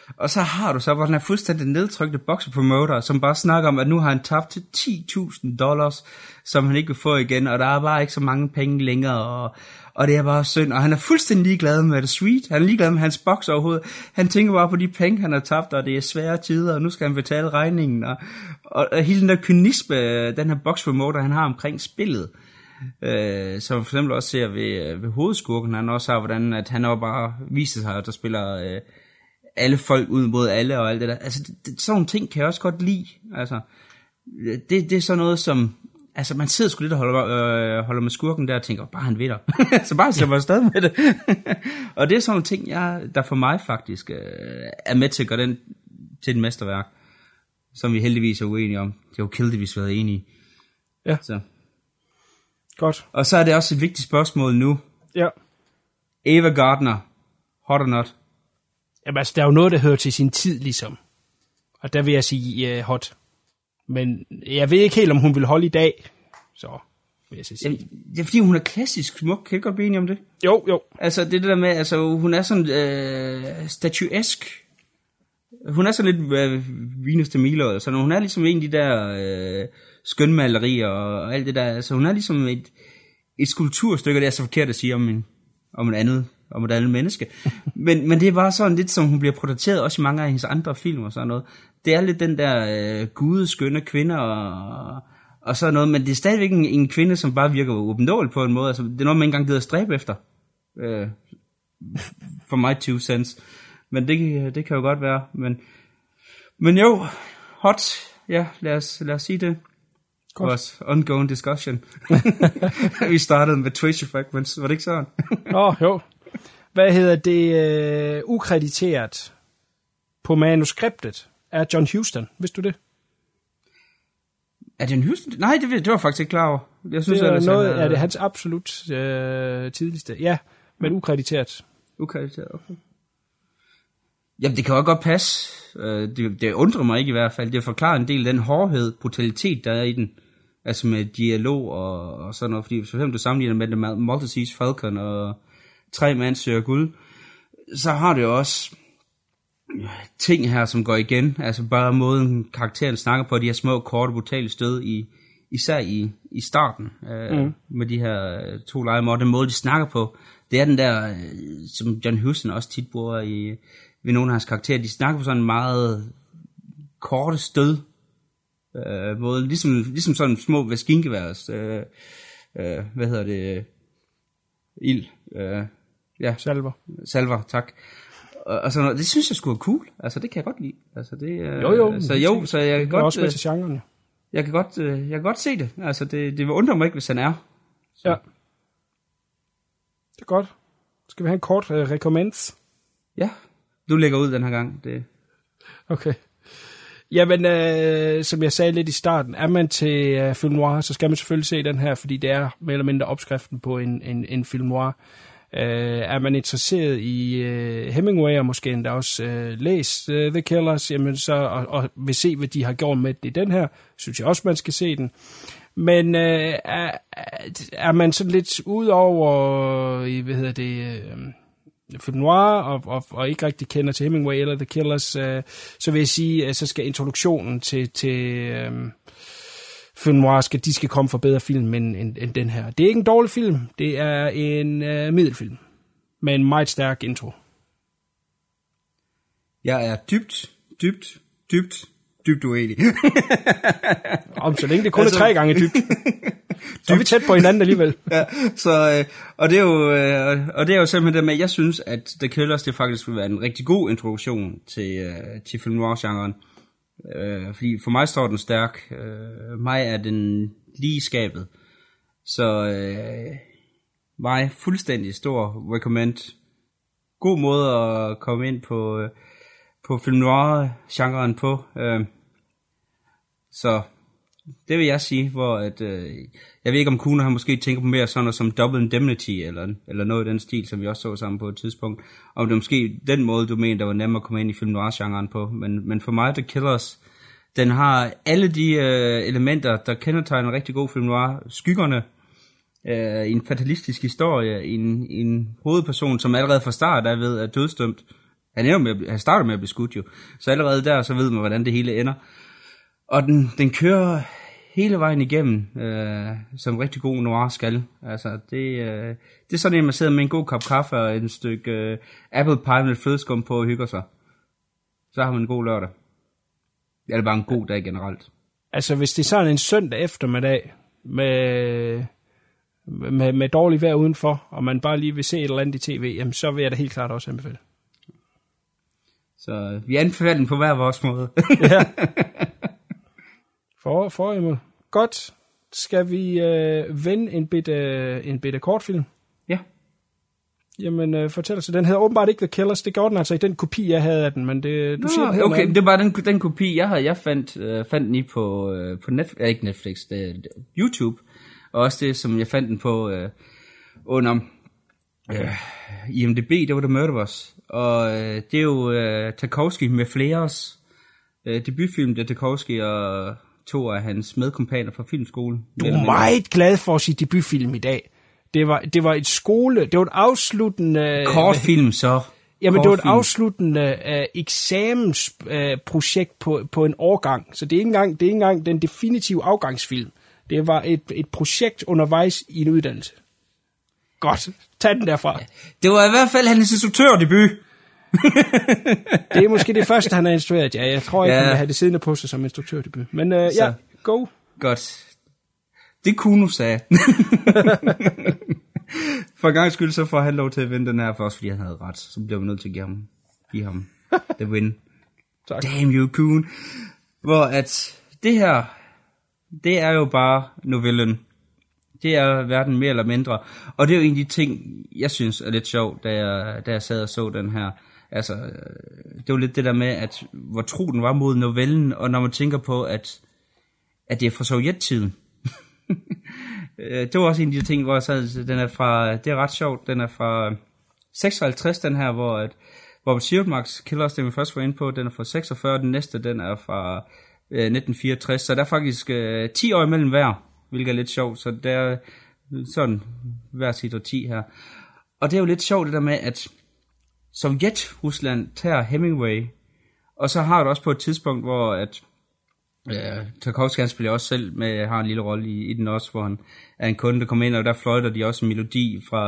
S9: Og så har du så, hvor den er fuldstændig nedtrykte boxerpromoter, som bare snakker om, at nu har han tabt til $10,000, som han ikke vil få igen, og der er bare ikke så mange penge længere, og det er bare synd, og han er fuldstændig ligeglad med det sweet, han er ligeglad med hans box overhovedet, han tænker bare på de penge, han har tabt, og det er svære tider, og nu skal han betale regningen, og hele den der kynisme, den her boxpromoter, han har omkring spillet, som for eksempel også ser ved hovedskurken, han også har, hvordan at han også bare viser sig, at der spiller alle folk ud mod alle og alt det der. Altså, sådan nogle ting kan jeg også godt lide. Altså, det er sådan noget som, altså man sidder sgu lidt og holder med skurken der og tænker, bare han vinder. Så bare slipper afsted med det. Og det er sådan nogle ting, der for mig faktisk er med til at gøre den til et mesterværk, som vi heldigvis er uenige om. Det er jo kedeligt, hvis vi er enige.
S8: Ja.
S9: Så.
S8: Godt.
S9: Og så er det også et vigtigt spørgsmål nu.
S8: Ja.
S9: Ava Gardner, hot or not?
S8: Jamen altså, der er jo noget, der hører til sin tid, ligesom. Og der vil jeg sige hot. Men jeg ved ikke helt, om hun vil holde i dag. Så vil jeg så sige.
S9: Jamen, det er fordi, hun er klassisk smuk. Kan jeg godt blive enig om det?
S8: Jo.
S9: Altså, det der med, altså, hun er sådan statuesk. Hun er sådan lidt Venus de Milo, eller sådan. Hun er ligesom en af de der skønmalerier og alt det der. Altså, hun er ligesom et skulpturstykke, det er så forkert at sige om et andet menneske. men det er bare sådan lidt, som hun bliver portrætteret også i mange af hendes andre film og sådan noget. Det er lidt den der gudeskønne kvinde og sådan noget, men det er stadigvæk en kvinde, som bare virker uopnåelig på en måde. Altså, det er noget, man ikke engang gider at stræbe efter. For my 2 cents. Men det kan jo godt være. Men jo, hot. Ja, lad os sige det. Vores ongoing discussion. Vi startede med Tracy Fragments. Var det ikke sådan?
S8: Jo. Hvad hedder det? Ukrediteret på manuskriptet er John Huston. Vidste du det?
S9: Er det en Huston? Nej, det var jeg faktisk ikke klar over. Jeg synes,
S8: det er det hans absolut tidligste. Ja, men ukrediteret.
S9: Ukrediteret, okay. Jamen, det kan også godt passe. Det undrer mig ikke i hvert fald. Det forklarer en del af den hårdhed, brutalitet, der er i den. Altså med dialog og sådan noget. Fordi for eksempel du sammenligner med The Maltese Falcon og 3 mand søger guld, så har det jo også ting her, som går igen. Altså bare måden karakteren snakker på, de her små, korte, brutale stød, især i starten, med de her 2 legemål. Og den måde, de snakker på, det er den der, som John Huston også tit bruger ved nogle af hans karakterer. De snakker på sådan en meget korte stød måde, ligesom sådan små vaskingeværs, hvad hedder det, ild, ja. Salver, tak. Og sådan noget. Det synes jeg sgu er cool. Altså, det kan jeg godt lide. Altså, det, så jeg kan godt...
S8: også med til genren.
S9: Jeg kan godt se det. Altså, det vil undre mig ikke, hvis han er. Så.
S8: Ja. Det er godt. Skal vi have en kort recommends?
S9: Ja, du lægger ud den her gang. Det.
S8: Okay. Jamen, som jeg sagde lidt i starten, er man til film noir, så skal man selvfølgelig se den her, fordi det er mere eller mindre opskriften på en film noir. Er man interesseret i Hemingway, og måske endda også læst The Killers, jamen så, og vil se, hvad de har gjort med det i den her, synes jeg også, man skal se den. Men er man sådan lidt ud over, film noir, og ikke rigtig kender til Hemingway eller The Killers, så vil jeg sige, så skal introduktionen til film noir, de skal komme for bedre film end den her. Det er ikke en dårlig film, det er en middelfilm, med en meget stærk intro.
S9: Jeg er dybt uenig.
S8: Så længe det kun er 3 gange dybt. Så er vi tæt på hinanden alligevel.
S9: Ja, så, og det er jo simpelthen det med, jeg synes, at The Killers, det faktisk vil være en rigtig god introduktion til film noir-genren. Fordi for mig står den stærk. Mig er den lige skabet. Så mig fuldstændig stor recommend. God måde at komme ind på film noir-genren på. Så det vil jeg sige, hvor at jeg ved ikke om Kuno har måske tænker på mere sådan noget som Double Indemnity eller noget i den stil, som vi også så sammen på et tidspunkt. Om det er måske den måde du mener, der var nemmere at komme ind i film noir-genren på. Men for mig, The Killers, den har alle de elementer, der kendetegner en rigtig god film noir. Skyggerne, en fatalistisk historie, en hovedperson, som allerede fra start er dødsdømt, Han starter med at blive skudt jo. Så allerede der, så ved man, hvordan det hele ender. Og den kører hele vejen igennem, som rigtig god noir skal. Altså, det er sådan en, man sidder med en god kop kaffe og en stykke apple pie med flødeskum på og hygger sig. Så har man en god lørdag. Eller bare en god dag generelt.
S8: Altså, hvis det er sådan en søndag eftermiddag med dårlig vejr udenfor, og man bare lige vil se et eller andet i tv, jamen, så vil jeg da helt klart også anbefale.
S9: Så vi anbefaler den på hver vores måde.
S8: Ja. For imod. Godt. Skal vi vende en bitte kortfilm?
S9: Ja.
S8: Jamen, fortæl os. Den hedder åbenbart ikke The Killers. Det gjorde den altså i den kopi, jeg havde af den, men det, du siger den
S9: okay, det var den kopi, jeg havde. Jeg fandt den i på ikke Netflix, det YouTube. Og også det, som jeg fandt den på under IMDb, det var The Murderers. Og det er jo Tarkovsky med fleres debutfilm, det er Tarkovsky og 2 af hans medkompaner fra filmskolen.
S8: Du er meget glad for sit debutfilm i dag. Det var et afsluttende...
S9: Kortfilm så.
S8: Jamen, det var et afsluttende eksamensprojekt på en årgang. Så det er ikke engang den definitive afgangsfilm. Det var et projekt undervejs i en uddannelse. Godt, tag den derfra.
S9: Det var i hvert fald hans instruktørdebut.
S8: Det er måske det første, han har instrueret. Ja, jeg tror ikke, han vil have det siddende på sig som instruktørdebut. Men ja, go.
S9: Godt. Det Kuno sagde. For en gang skyld, så får han lov til at vinde den her for os, fordi han havde ret. Så bliver vi nødt til at give ham the win.
S8: Tak.
S9: Damn you, Kuhn. Hvor at det her, det er jo bare novellen. Det er verden mere eller mindre. Og det er jo en af de ting, jeg synes er lidt sjovt, da jeg sad og så den her. Altså, det var lidt det der med, at hvor tro den var mod novellen, og når man tænker på, at det er fra sovjettiden. Det var også en af de ting, hvor jeg sad, den er fra, det er ret sjovt, den er fra 56, den her, hvor at Robert Siodmak's Killers, den vi først var inde på, den er fra 46, den næste, den er fra 1964, så der er faktisk 10 år imellem hver, hvilket er lidt sjovt, så der er sådan hver sit og 10 her. Og det er jo lidt sjovt det der med, at Sovjet-Rusland tager Hemingway, og så har det også på et tidspunkt, hvor at Tarkovsky han spiller også selv med, har en lille rolle i den også, hvor han er en kunde, der kommer ind, og der fløjter de også en melodi fra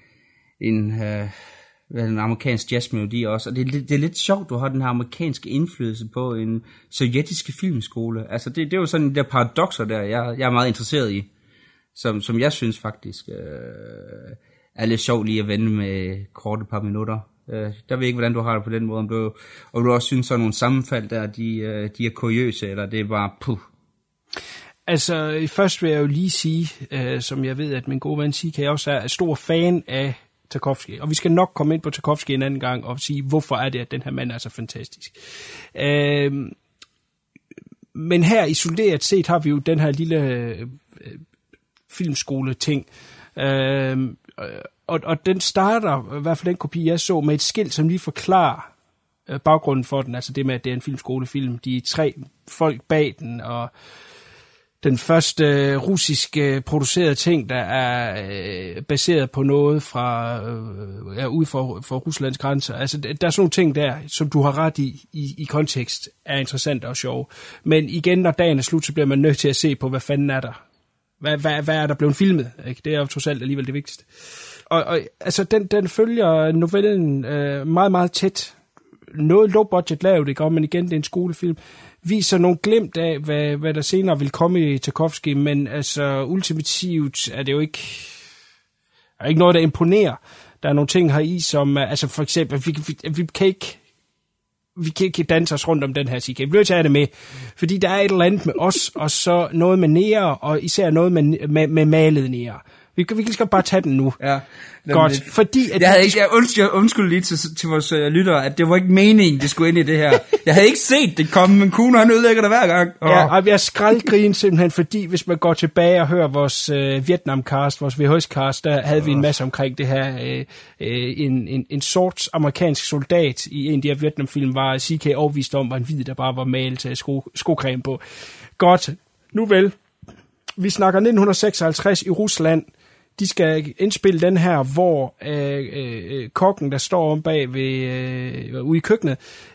S9: en amerikansk jazzmelodi også, og det er lidt sjovt, du har den her amerikanske indflydelse på en sovjetiske filmskole. Altså det er jo sådan de der paradokser der, jeg er meget interesseret i, som jeg synes faktisk er lidt sjovt lige at vende med korte par minutter. Der ved jeg ikke, hvordan du har det på den måde, om du også synes, sådan nogle sammenfald der, de er kuriøse, eller det er bare puh.
S8: Altså, først vil jeg jo lige sige, som jeg ved, at min gode ven CK også er stor fan af Tarkovsky, og vi skal nok komme ind på Tarkovsky en anden gang og sige, hvorfor er det, at den her mand er så fantastisk. Men her isoleret set har vi jo den her lille filmskole-ting, og den starter, i hvert fald den kopi, jeg så, med et skilt, som lige forklarer baggrunden for den, altså det med, at det er en filmskolefilm, de 3 folk bag den, og den første russiske producerede ting, der er baseret på noget fra ude for Ruslands grænser. Altså, der er sådan nogle ting der, som du har ret i kontekst, er interessant og sjov. Men igen, når dagen er slut, så bliver man nødt til at se på, hvad fanden er der. Hvad er der blevet filmet? Ikke? Det er jo trods alt alligevel det vigtigste. Og altså, den følger novellen meget, meget tæt. Noget low budget lavet, ikke? Men igen, det er en skolefilm. Viser nogle glimt af, hvad der senere vil komme i Tarkovsky, men altså ultimativt er det jo ikke, er ikke noget, der imponerer. Der er nogle ting her i, som, altså for eksempel, vi kan ikke danse os rundt om den her CK. Vi bliver tage det med, fordi der er et eller andet med os, og så noget med nære, og især noget med malet nære. Vi kan bare tage den nu.
S9: Ja.
S8: Godt, fordi... At
S9: jeg undskyld lige til vores lyttere, at det var ikke meningen, det skulle ind i det her. Jeg havde ikke set det komme, men Kuno han ødelægger det hver gang.
S8: Ja, og jeg skraldgriner simpelthen, fordi hvis man går tilbage og hører vores Vietnamcast, vores VHS-cast, der havde vi en masse omkring det her. En sort amerikansk soldat i en af de her Vietnamfilm var CK overvist om, var en hvid, der bare var malet til skocreme på. Godt, nu vel. Vi snakker 1956 i Rusland. de skal indspille den her, hvor kokken, der står om bag ude i køkkenet,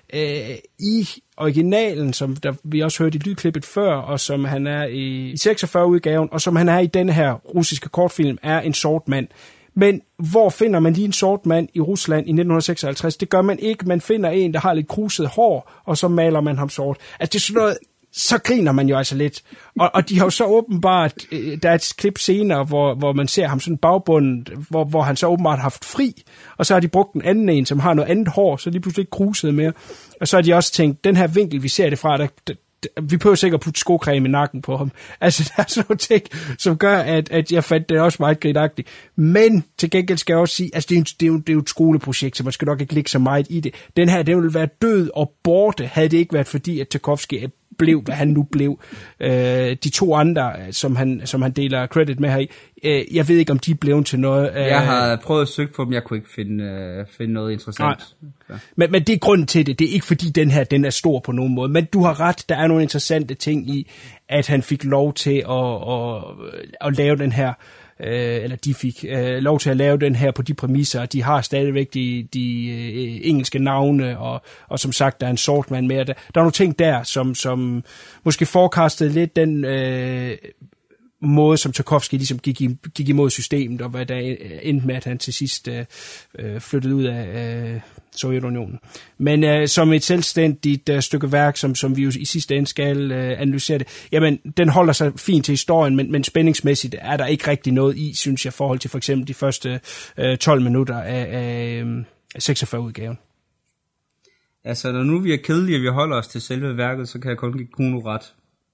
S8: i originalen, som vi også hørte i lydklippet før, og som han er i 46-udgaven, og som han er i den her russiske kortfilm, er en sort mand. Men hvor finder man lige en sort mand i Rusland i 1956? Det gør man ikke. Man finder en, der har lidt kruset hår, og så maler man ham sort. Altså det er sådan noget, så griner man jo altså lidt. Og de har jo så åbenbart, der er et klip senere, hvor man ser ham sådan bagbundet, hvor han så åbenbart har haft fri, og så har de brugt en anden en, som har noget andet hår, så de pludselig ikke kruset mere. Og så har de også tænkt, den her vinkel, vi ser det fra, vi prøver sikkert at putte skocreme i nakken på ham. Altså, der er sådan nogle ting, som gør, at jeg fandt det også meget grinagtigt. Men til gengæld skal jeg også sige, altså, det er jo et skoleprojekt, så man skal nok ikke ligge så meget i det. Den her, det ville være død og borte, havde det ikke været fordi, at Tarkovsky blev, hvad han nu blev. De to andre, som han deler credit med her i, jeg ved ikke, om de blev til noget.
S9: Jeg har prøvet at søge på dem, jeg kunne ikke finde noget interessant.
S8: Men det er grunden til det. Det er ikke fordi, den her den er stor på nogen måde. Men du har ret, der er nogle interessante ting i, at han fik lov til at lave den her, eller de fik lov til at lave den her på de præmisser. De har stadigvæk de engelske navne, og som sagt, der er en sort mand med. Der er nogle ting der, som måske forecastede lidt den måde, som Tarkovsky ligesom gik imod systemet, og hvad der endte med, at han til sidst flyttede ud af Sovjetunionen. Men som et selvstændigt stykke værk, som vi jo i sidste ende skal analysere det, jamen, den holder sig fint til historien, men spændingsmæssigt er der ikke rigtig noget i, synes jeg, i forhold til for eksempel de første 12 minutter af 46-udgaven.
S9: Altså, når nu vi er kedelige, og vi holder os til selve værket, så kan jeg kun give Kuno ret.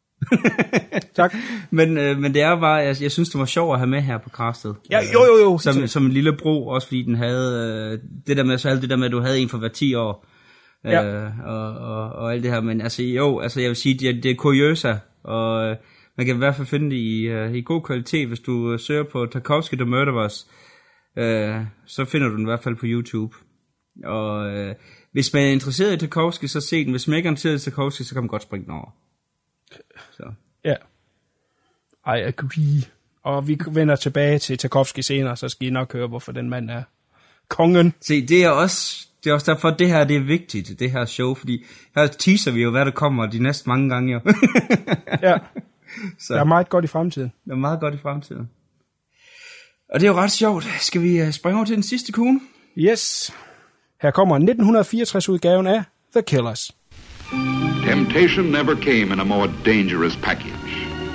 S8: Tak.
S9: Men det er bare, jeg synes det var sjovt at have med her på castet.
S8: Ja, jo.
S9: Som en lille bro, også fordi den havde det der med, så alt det der med, at du havde en for hver 10 år. Ja. Og alt det her, men altså jeg vil sige, det er kuriosa, og man kan i hvert fald finde det i god kvalitet, hvis du søger på Tarkovsky The Murderers, så finder du den i hvert fald på YouTube. Og hvis man er interesseret i Tarkovsky, så se den. Hvis man ikke er interesseret i Tarkovsky, så kan man godt springe den over. Så.
S8: Ja. I agree. Og vi vender tilbage til Tarkovsky senere, så skal I nok høre, hvorfor den mand er kongen.
S9: Se, det er også derfor, at det her det er vigtigt, det her show, fordi her teaser vi jo, hvad der kommer de næste mange gange. Jo.
S8: Ja, så. Der er meget godt i fremtiden.
S9: Der er meget godt i fremtiden. Og det er jo ret sjovt. Skal vi springe over til den sidste kugle?
S8: Yes. Her kommer 1964-udgaven af The Killers.
S10: Temptation never came in a more dangerous package.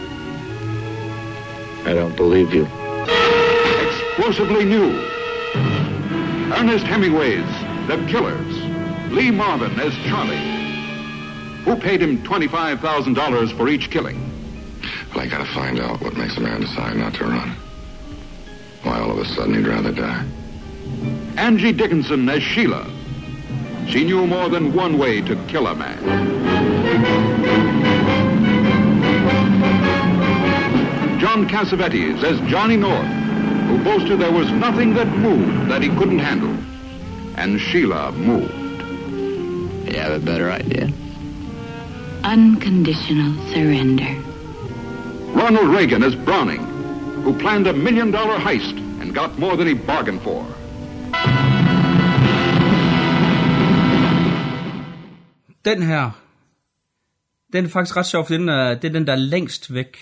S5: I don't believe you.
S10: Explosively new. Ernest Hemingway's The Killers. Lee Marvin as Charlie. Who paid him $25,000 for each killing?
S12: Well, I gotta find out what makes a man decide not to run. Why all of a sudden he'd rather die.
S10: Angie Dickinson as Sheila. She knew more than one way to kill a man. John Cassavetes as Johnny North, who boasted there was nothing that moved that he couldn't handle. And Sheila moved.
S13: You have a better idea.
S11: Unconditional surrender.
S10: Ronald Reagan as Browning, who planned $1 million heist and got more than he bargained for.
S9: Den her, den er faktisk ret sjov, for det er den, der er længst væk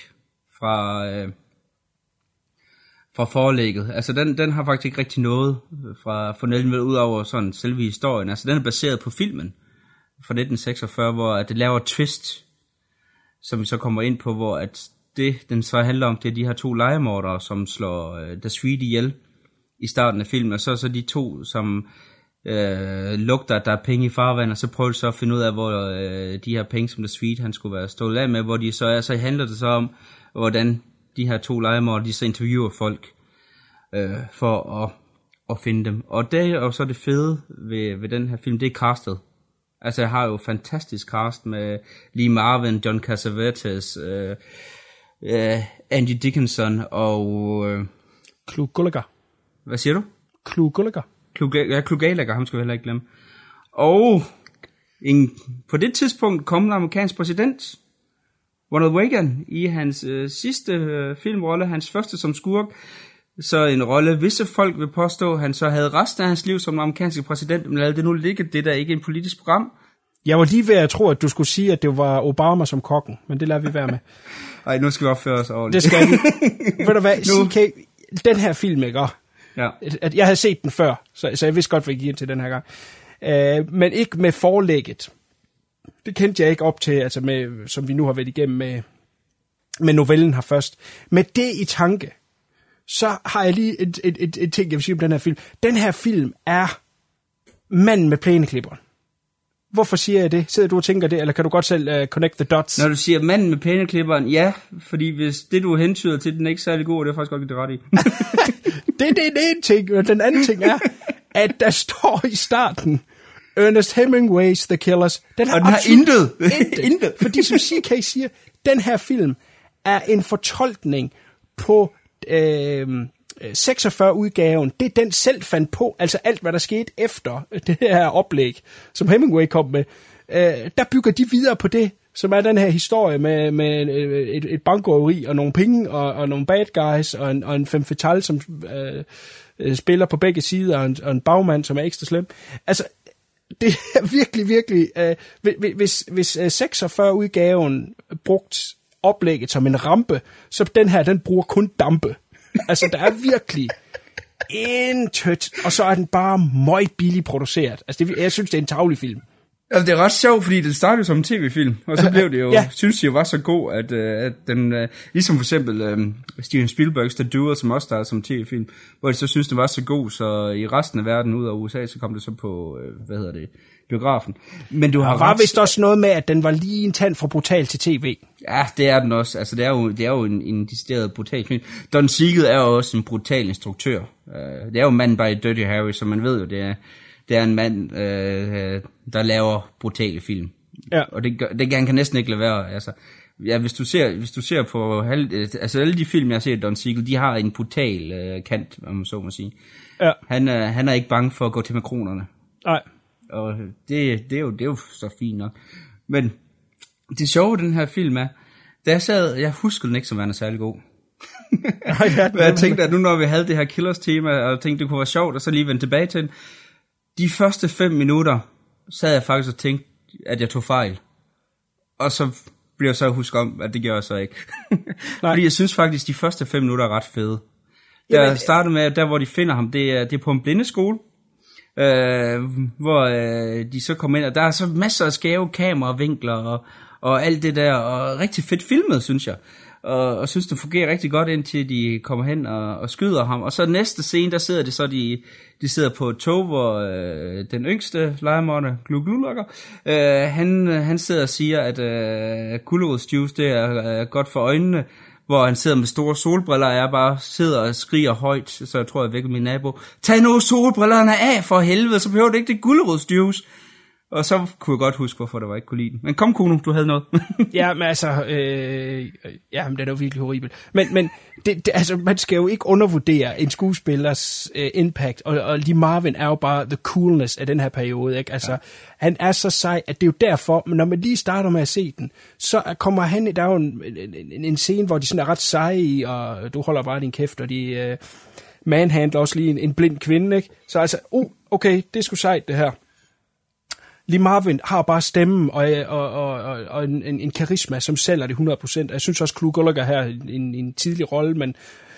S9: fra forlægget. Altså den har faktisk ikke rigtig noget fra fornælden ud over sådan selve historien. Altså den er baseret på filmen fra 1946, hvor det laver et twist, som vi så kommer ind på, hvor at den så handler om, det er de her to legemordere, som slår The Sweet ihjel i starten af filmen, og så de to, som lugter, der er penge i farvand, og så prøver de så at finde ud af, hvor de her penge, som The Sweet, han skulle være stået af med, hvor de så er, så handler det så om, hvordan de her to legemordere, de så interviewer folk, for at finde dem. Og så det fede ved den her film, det er castet. Altså jeg har jo fantastisk cast med Lee Marvin, John Cassavetes, Angie Dickinson og
S8: Clu Gulager.
S9: Hvad siger du?
S8: Clu Gulager.
S9: Clu Gulager, ham skal vi heller ikke glemme. Og på det tidspunkt kom den amerikanske præsident Ronald Reagan i hans sidste filmrolle, hans første som skurk, så en rolle. Visse folk vil påstå, at han så havde resten af hans liv som den amerikanske præsident, men lad det nu ligge, det der ikke er en politisk program.
S8: Jeg var lige ved at tro, at du skulle sige, at det var Obama som kokken, men det lader vi være med.
S9: Ej, nu skal vi opføre os ordentligt.
S8: Det skal vi. Ved du hvad, CK, den her film, ikke?
S9: Ja.
S8: Jeg havde set den før, så jeg vidste godt, hvad jeg gik ind til den her gang. Men ikke med forlægget. Det kendte jeg ikke op til, altså med, som vi nu har været igennem med novellen her først. Med det i tanke, så har jeg lige et ting, jeg vil sige om den her film. Den her film er manden med plæneklipperen. Hvorfor siger jeg det? Sidder du og tænker det, eller kan du godt selv connect the dots?
S9: Når du siger manden med plæneklipperen, ja, fordi hvis det du hentyder til, den er ikke særlig god, og det er faktisk godt det ret i.
S8: Det er den ene ting, og den anden ting er, at der står i starten, Ernest Hemingway's The Killers.
S9: Den har intet.
S8: Fordi som CK siger, den her film er en fortolkning på 46-udgaven. Det er den selv fandt på, altså alt hvad der skete efter det her oplæg, som Hemingway kom med. Der bygger de videre på det, som er den her historie med et bankrøveri og nogle penge og nogle bad guys og en femme fatale, som spiller på begge sider og en bagmand, som er ekstra slem. Altså, det er virkelig, virkelig... Hvis 46-udgaven brugt oplægget som en rampe, så den her, den bruger kun dampe. Altså, der er virkelig intet, og så er den bare meget billigt produceret. Altså, jeg synes, det er en tarvelig film.
S9: Altså, det er ret sjovt, fordi det startede som en tv-film, og så blev det jo, synes jeg jo var så god, at den, ligesom for eksempel Steven Spielbergs The Duel, som også startede som tv-film, hvor jeg så synes, det var så god, så i resten af verden, ud af USA, så kom det så på, biografen. Men du har
S8: var vist også noget med, at den var lige en tand for brutal til tv.
S9: Ja, det er den også. Altså, det er jo en decideret brutal film. Don Siegel er jo også en brutal instruktør. Det er jo manden bag Dirty Harry, så man ved jo, det er en mand, der laver brutale film. Ja. Og det han kan næsten ikke lade være. Altså, ja, hvis du ser på alle de film, jeg har set Don Siegel, de har en brutal kant, om man så må sige. Ja. Han er ikke bange for at gå til makronerne. Nej. Og det er jo så fint nok. Men det sjove den her film er, da jeg husker den ikke som værende særlig god. Jeg tænkte, at nu når vi havde det her Killers tema, og tænkte, det kunne være sjovt, og så lige vende tilbage til den. De første 5 minutter sad jeg faktisk og tænkte, at jeg tog fejl. Og så blev jeg så husket om, at det gjorde jeg så ikke. Fordi jeg synes faktisk, de første 5 minutter er ret fede. Jeg startede med, der hvor de finder ham, det er på en blindeskole. Hvor de så kommer ind, og der er så masser af skæve kameravinkler og alt det der, og rigtig fedt filmet, synes jeg. Og synes, det fungerer rigtig godt, indtil de kommer hen og skyder ham. Og så næste scene, der sidder det så, de sidder på et tog, hvor den yngste legemorder, Gluglukker, han sidder og siger, at gulerodsjuice, det er godt for øjnene, hvor han sidder med store solbriller, og jeg bare sidder og skriger højt, så jeg tror, jeg vækker min nabo. Tag nu solbrillerne af for helvede, så behøver det ikke det gulerodsjuice. Og så kunne jeg godt huske, hvorfor det var ikke kunne lide den. Men kom, Kuno, du havde noget.
S8: Ja, men altså, men det er jo virkelig horribelt. Men altså, man skal jo ikke undervurdere en skuespillers impact, og Lee Marvin er jo bare the coolness af den her periode, ikke? Altså, han er så sej, at det er jo derfor, men når man lige starter med at se den, så kommer han, der er jo en scene, hvor de sådan er ret seje, og du holder bare din kæft, og de manhandler også lige en blind kvinde, ikke? Så altså, okay, det er sgu sejt, det her. Lee Marvin har bare stemmen og en karisma, som sælger det 100%. Jeg synes også, Clu Gulager her en tidlig rolle, men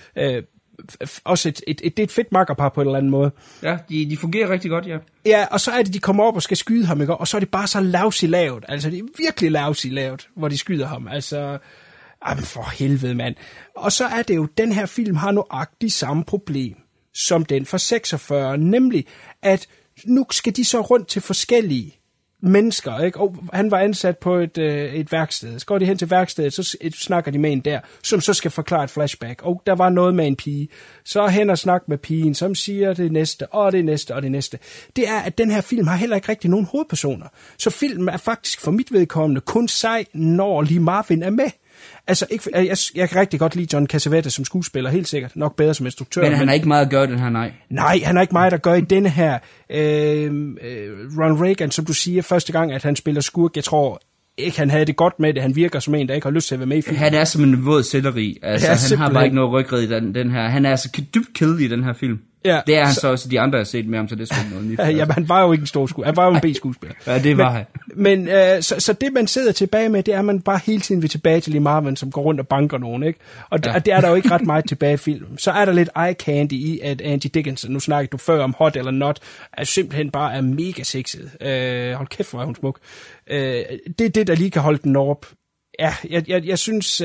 S8: også det er et fedt makkerpar på en eller anden måde.
S9: Ja, de fungerer rigtig godt, ja.
S8: Ja, og så er det, de kommer op og skal skyde ham, ikke? Og så er det bare så lousy lavet. Altså, det er virkelig lousy lavet, hvor de skyder ham. Altså, for helvede, mand. Og så er det jo, den her film har nøjagtigt samme problem som den fra 46, nemlig at nu skal de så rundt til forskellige mennesker, ikke? Og han var ansat på et værksted. Så går de hen til værkstedet, så snakker de med en der, som så skal forklare et flashback. Og der var noget med en pige. Så hen og snak med pigen, som siger det næste, og det næste, og det næste. Det er, at den her film har heller ikke rigtig nogen hovedpersoner. Så filmen er faktisk for mit vedkommende kun sej, når Lee Marvin er med. Altså, jeg kan rigtig godt lide John Cassavetes som skuespiller, helt sikkert. Nok bedre som instruktør.
S9: Men han har ikke meget at gøre den her, nej.
S8: Nej, han har ikke meget at gøre i denne her. Ron Reagan, som du siger, første gang, at han spiller skurk, jeg tror ikke han havde det godt med det. Han virker som en, der ikke har lyst til at være med i filmen.
S9: Han er som en våd selleri. Altså, han har bare ikke noget ryggrad i den her. Han er altså dybt kedelig i den her film. Ja, det er han så også de andre, jeg har set med ham, så det er noget nyt.
S8: Jamen, han var jo ikke en stor skuespiller. Han var jo en B-skuespiller.
S9: Ja, det var han.
S8: Men så det, man sidder tilbage med, det er, at man bare hele tiden vil tilbage til Lee Marvin, som går rundt og banker nogen, ikke? Og det er der jo ikke ret meget tilbage i filmen. Så er der lidt eye candy i, at Angie Dickinson, nu snakkede du før om Hot eller Not, er simpelthen bare er mega sexet. Hold kæft, hvor er hun smuk. Det er det, der lige kan holde den op. Ja, jeg synes...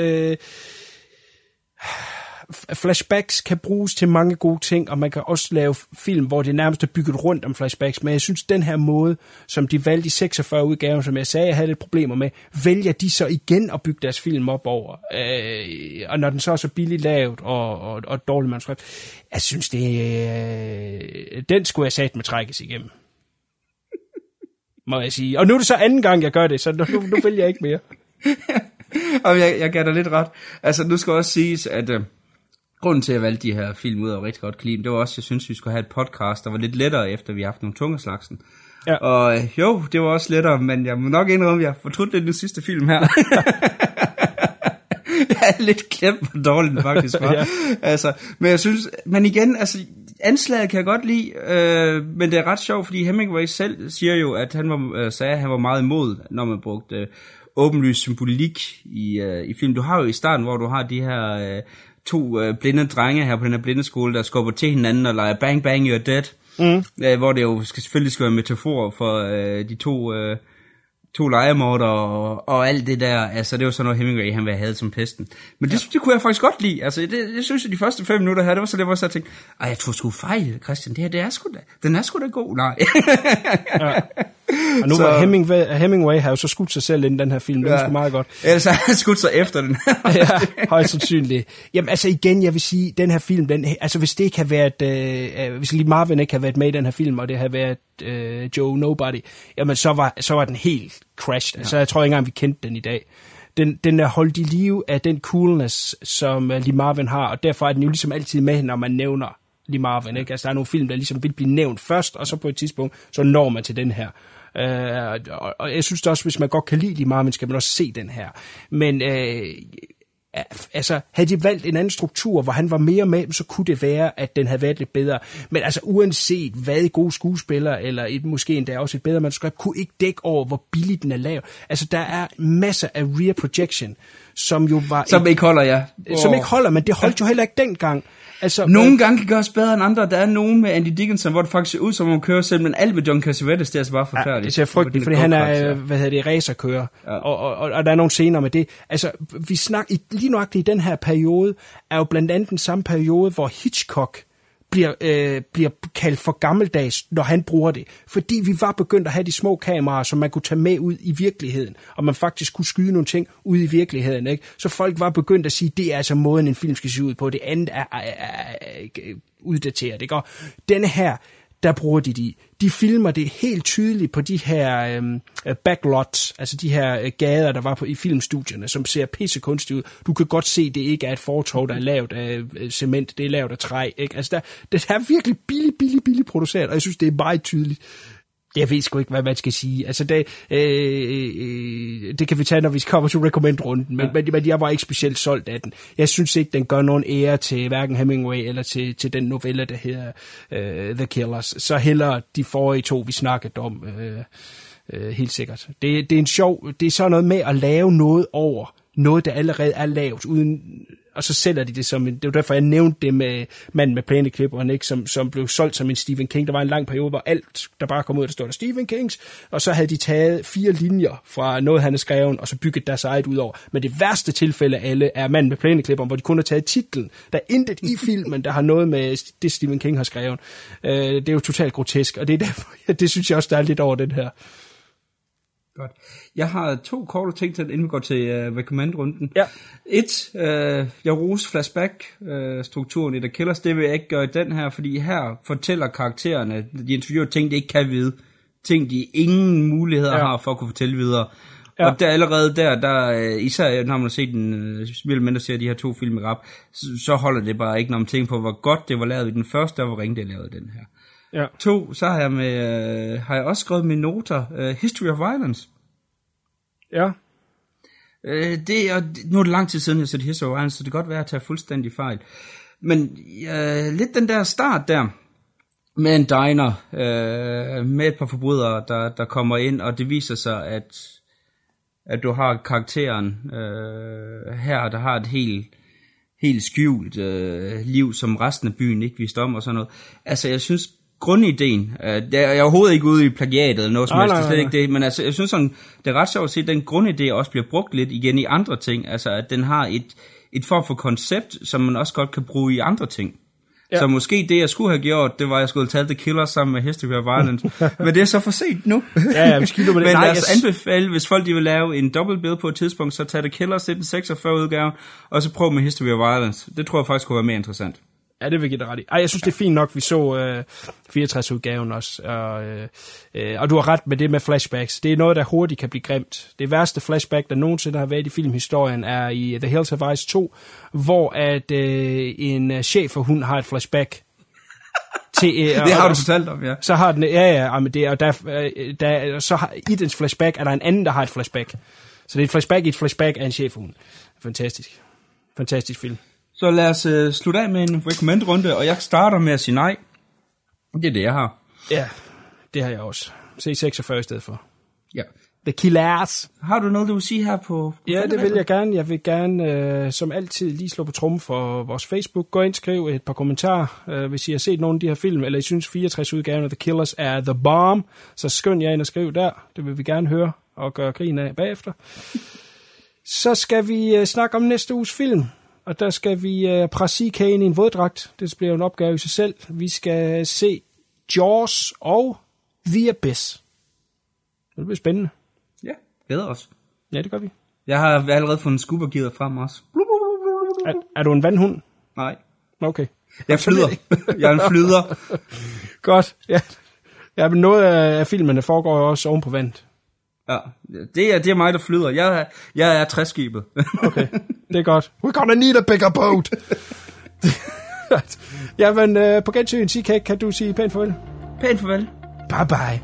S8: flashbacks kan bruges til mange gode ting, og man kan også lave film, hvor det nærmest er bygget rundt om flashbacks, men jeg synes, den her måde, som de valgte i 46 udgaven, som jeg sagde, jeg havde lidt problemer med, vælger de så igen at bygge deres film op over, og når den så er så billigt lavet, og dårlig manuskript, jeg synes, den skulle jeg sat med trækkes igennem. Må jeg sige. Og nu er det så anden gang, jeg gør det, så nu vil jeg ikke mere.
S9: Og jeg gav dig lidt ret. Altså, nu skal også siges, at grunden til, at jeg valgte de her film ud af rigtig godt klima, det var også, jeg synes, vi skulle have et podcast, der var lidt lettere, efter vi har haft nogle tungeslagsen. Ja. Og jo, det var også lettere, men jeg må nok indrømme, at jeg fortrudt lidt den sidste film her. Jeg er lidt klemt, hvor dårligt den faktisk var. Ja. Altså, men jeg synes, men igen, altså, anslaget kan jeg godt lide, men det er ret sjovt, fordi Hemingway selv siger jo, at han var meget imod, når man brugte åbenlys symbolik i film. Du har jo i starten, hvor du har de her to blinde drenge her på den her blindeskole, der skubber til hinanden og leger bang bang you're dead, hvor det jo selvfølgelig skal være metafor for de to legemorder og alt det der. Altså det var sådan noget Hemingway han havde som pesten. Men det kunne jeg faktisk godt lide. Altså det synes jeg de første 5 minutter her, det var så det, hvor jeg tænkte, jeg tror sgu fejl, Christian. Det her, det er sgu da. Den er sgu da god. Nej. Ja. Og nu var Hemingway har jo så skudt sig selv ind den her film. Det er sgu meget godt. Ellers har han skudt sig efter den.
S8: Ja, højst sandsynligt. Jamen altså igen, jeg vil sige, den her film, altså hvis det ikke havde været, hvis Lee Marvin ikke havde været med i den her film, og det havde været Joe Nobody, jamen så var den helt crashed. Altså jeg tror ikke engang, vi kendte den i dag. Den er holdt i live af den coolness, som Lee Marvin har, og derfor er den jo ligesom altid med, når man nævner Lee Marvin. Ikke? Altså der er nogle film, der ligesom vil blive nævnt først, og så på et tidspunkt, så når man til den her. Og jeg synes også, hvis man godt kan lide Lee Marvin, skal man også se den her. Men altså, havde de valgt en anden struktur, hvor han var mere med, så kunne det være, at den havde været lidt bedre. Men altså, uanset hvad gode skuespillere, eller måske endda også et bedre manuskript, kunne ikke dække over, hvor billigt den er lavet. Altså, der er masser af rear projection, som jo var...
S9: Som ikke holder, ja.
S8: Som ikke holder, men det holdt jo heller ikke dengang. Altså,
S9: nogle gange kan gøres bedre end andre. Der er nogen med Andy Dickinson, hvor det faktisk ser ud som om hun kører selv, men alt med John Cassavetes, det er altså bare forfærdeligt.
S8: Ja, det ser frygteligt, fordi han er, racerkører, ja. Og der er nogle scener med det. Altså, vi snakker lige nøjagtigt i den her periode, er jo blandt andet den samme periode, hvor Hitchcock bliver kaldt for gammeldags, når han bruger det. Fordi vi var begyndt at have de små kameraer, som man kunne tage med ud i virkeligheden, og man faktisk kunne skyde nogle ting ud i virkeligheden. Ikke? Så folk var begyndt at sige, det er altså måden, en film skal se ud på. Det andet er uddateret. Ikke? Og denne her, der bruger de filmer det helt tydeligt på de her backlots, altså de her gader, der var i filmstudierne, som ser pissekunstigt ud. Du kan godt se, det ikke er et fortov, der er lavet af cement, det er lavet af træ. Ikke? Altså det er virkelig billigt produceret, og jeg synes, det er meget tydeligt. Jeg ved sgu ikke, hvad man skal sige. Altså det kan vi tage, når vi kommer til recommend-runden, men jeg var ikke specielt solgt af den. Jeg synes ikke, den gør nogen ære til hverken Hemingway eller til den novelle, der hedder The Killers. Så hellere de forrige 2, vi snakkede om, helt sikkert. Det er en sjov, det er sådan noget med at lave noget over noget, der allerede er lavet, uden, og så sælger de det som det var derfor, jeg nævnte det med Manden med plæneklipperen, ikke, som blev solgt som en Stephen King. Der var en lang periode, hvor alt, der bare kom ud, der stod der Stephen Kings, og så havde de taget 4 linjer fra noget, han havde skrevet, og så bygget deres eget ud over. Men det værste tilfælde af alle er Manden med plæneklipperen, hvor de kun har taget titlen. Der er intet i filmen, der har noget med det, Stephen King har skrevet. Det er jo totalt grotesk, og det er derfor, det synes jeg også, der er lidt over den her.
S9: Godt. Jeg har 2 korte ting til, inden vi går til recommend-runden.
S8: Ja.
S9: 1, jeg roser flashback-strukturen i The Killers. Det vil jeg ikke gøre i den her, fordi her fortæller karaktererne, de interviewer ting, de ikke kan vide. Ting, de ingen muligheder har for at kunne fortælle videre. Ja. Og der allerede der især når man har set en mindre ser de her 2 film i rap, så holder det bare ikke, når man tænker på, hvor godt det var lavet i den første, og hvor ringe det er lavet i den her. Ja. 2, så har jeg også skrevet mine noter, History of Violence.
S8: Ja.
S9: Nu er det lang tid siden, jeg har set History of Violence, så det kan godt være, at jeg tager fuldstændig fejl. Men lidt den der start der, med en diner, med et par forbrydere, der kommer ind, og det viser sig, at du har karakteren her, der har et helt skjult liv, som resten af byen ikke vidste om, og sådan noget. Altså, jeg synes, grundideen, jeg er overhovedet ikke ude i plagiatet eller noget som helst, det er slet ikke det, men altså, jeg synes sådan, det er ret sjovt at se, at den grundidé også bliver brugt lidt igen i andre ting, altså at den har et form for koncept, som man også godt kan bruge i andre ting. Ja. Så måske det, jeg skulle have gjort, det var, at jeg skulle have taget The Killer sammen med History of Violence, men det er så for sent nu.
S8: Ja, vi skylder med det.
S9: Men lad os anbefale, hvis folk de vil lave en dobbeltbill på et tidspunkt, så tag The Killer, sæt den 46 udgave, og så prøv med History of Violence. Det tror jeg faktisk kunne være mere interessant.
S8: Ja, det vil jeg give dig ret i. Ej, jeg synes, det er fint nok, vi så 64-udgaven også. Og du har ret med det med flashbacks. Det er noget, der hurtigt kan blive grimt. Det værste flashback, der nogensinde har været i filmhistorien, er i The Hills Have Eyes 2, hvor at en cheferhund har et flashback.
S9: Det har du fortalt om, ja.
S8: Så har den, men det, og så har, i dens flashback er der en anden, der har et flashback. Så det er et flashback i et flashback af en cheferhund. Fantastisk. Fantastisk film.
S9: Så lad os slutte af med en recommend-runde, og jeg starter med at sige nej. Det er det, jeg har.
S8: Ja, det har jeg også. C46 i stedet for.
S9: Ja.
S8: The Killers.
S9: Har du noget, du vil sige her på
S8: Ja, det vil jeg gerne. Jeg vil gerne, som altid, lige slå på trommen for vores Facebook. Gå ind, skriv et par kommentarer, hvis I har set nogle af de her film, eller I synes 64-udgaven af The Killers er The Bomb, så skynd jer ind og skriv der. Det vil vi gerne høre og gøre grin af bagefter. Så skal vi snakke om næste uges film. Og der skal vi presse kagen i en våddragt. Det bliver en opgave i sig selv. Vi skal se Jaws og The Abyss. Det bliver spændende.
S9: Ja, bedre også.
S8: Ja, det gør vi.
S9: Jeg har allerede fået en scuba-gear frem også.
S8: Er du en vandhund?
S9: Nej.
S8: Okay.
S9: Jeg flyder. Jeg er en flyder.
S8: Godt. Ja, men noget af filmene foregår også oven på vandet.
S9: Ja, det er mig, der flyder. Jeg er træskibet.
S8: Okay, det er godt. We're gonna need a bigger boat. Jamen, på gensyn, CK, kan du sige pænt farvel?
S9: Pænt farvel.
S8: Bye bye.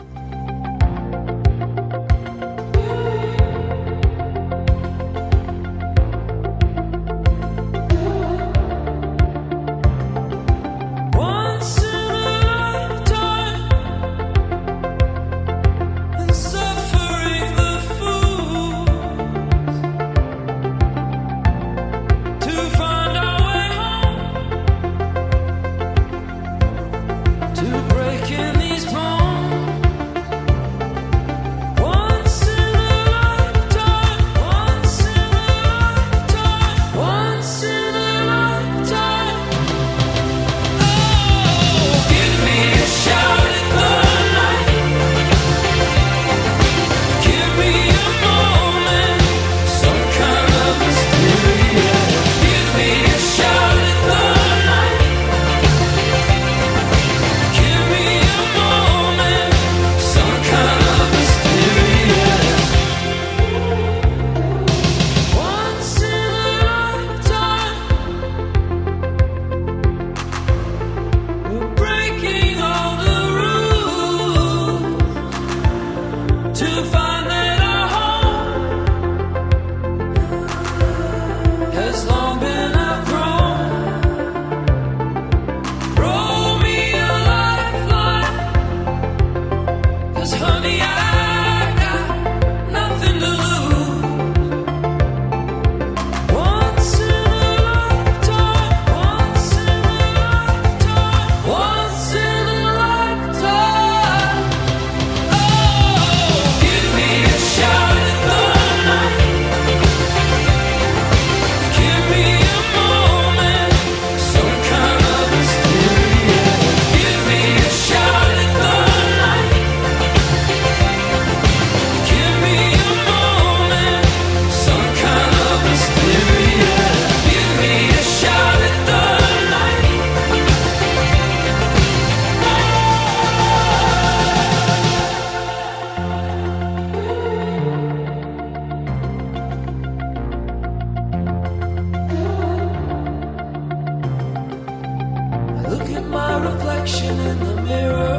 S7: Look at my reflection in the mirror.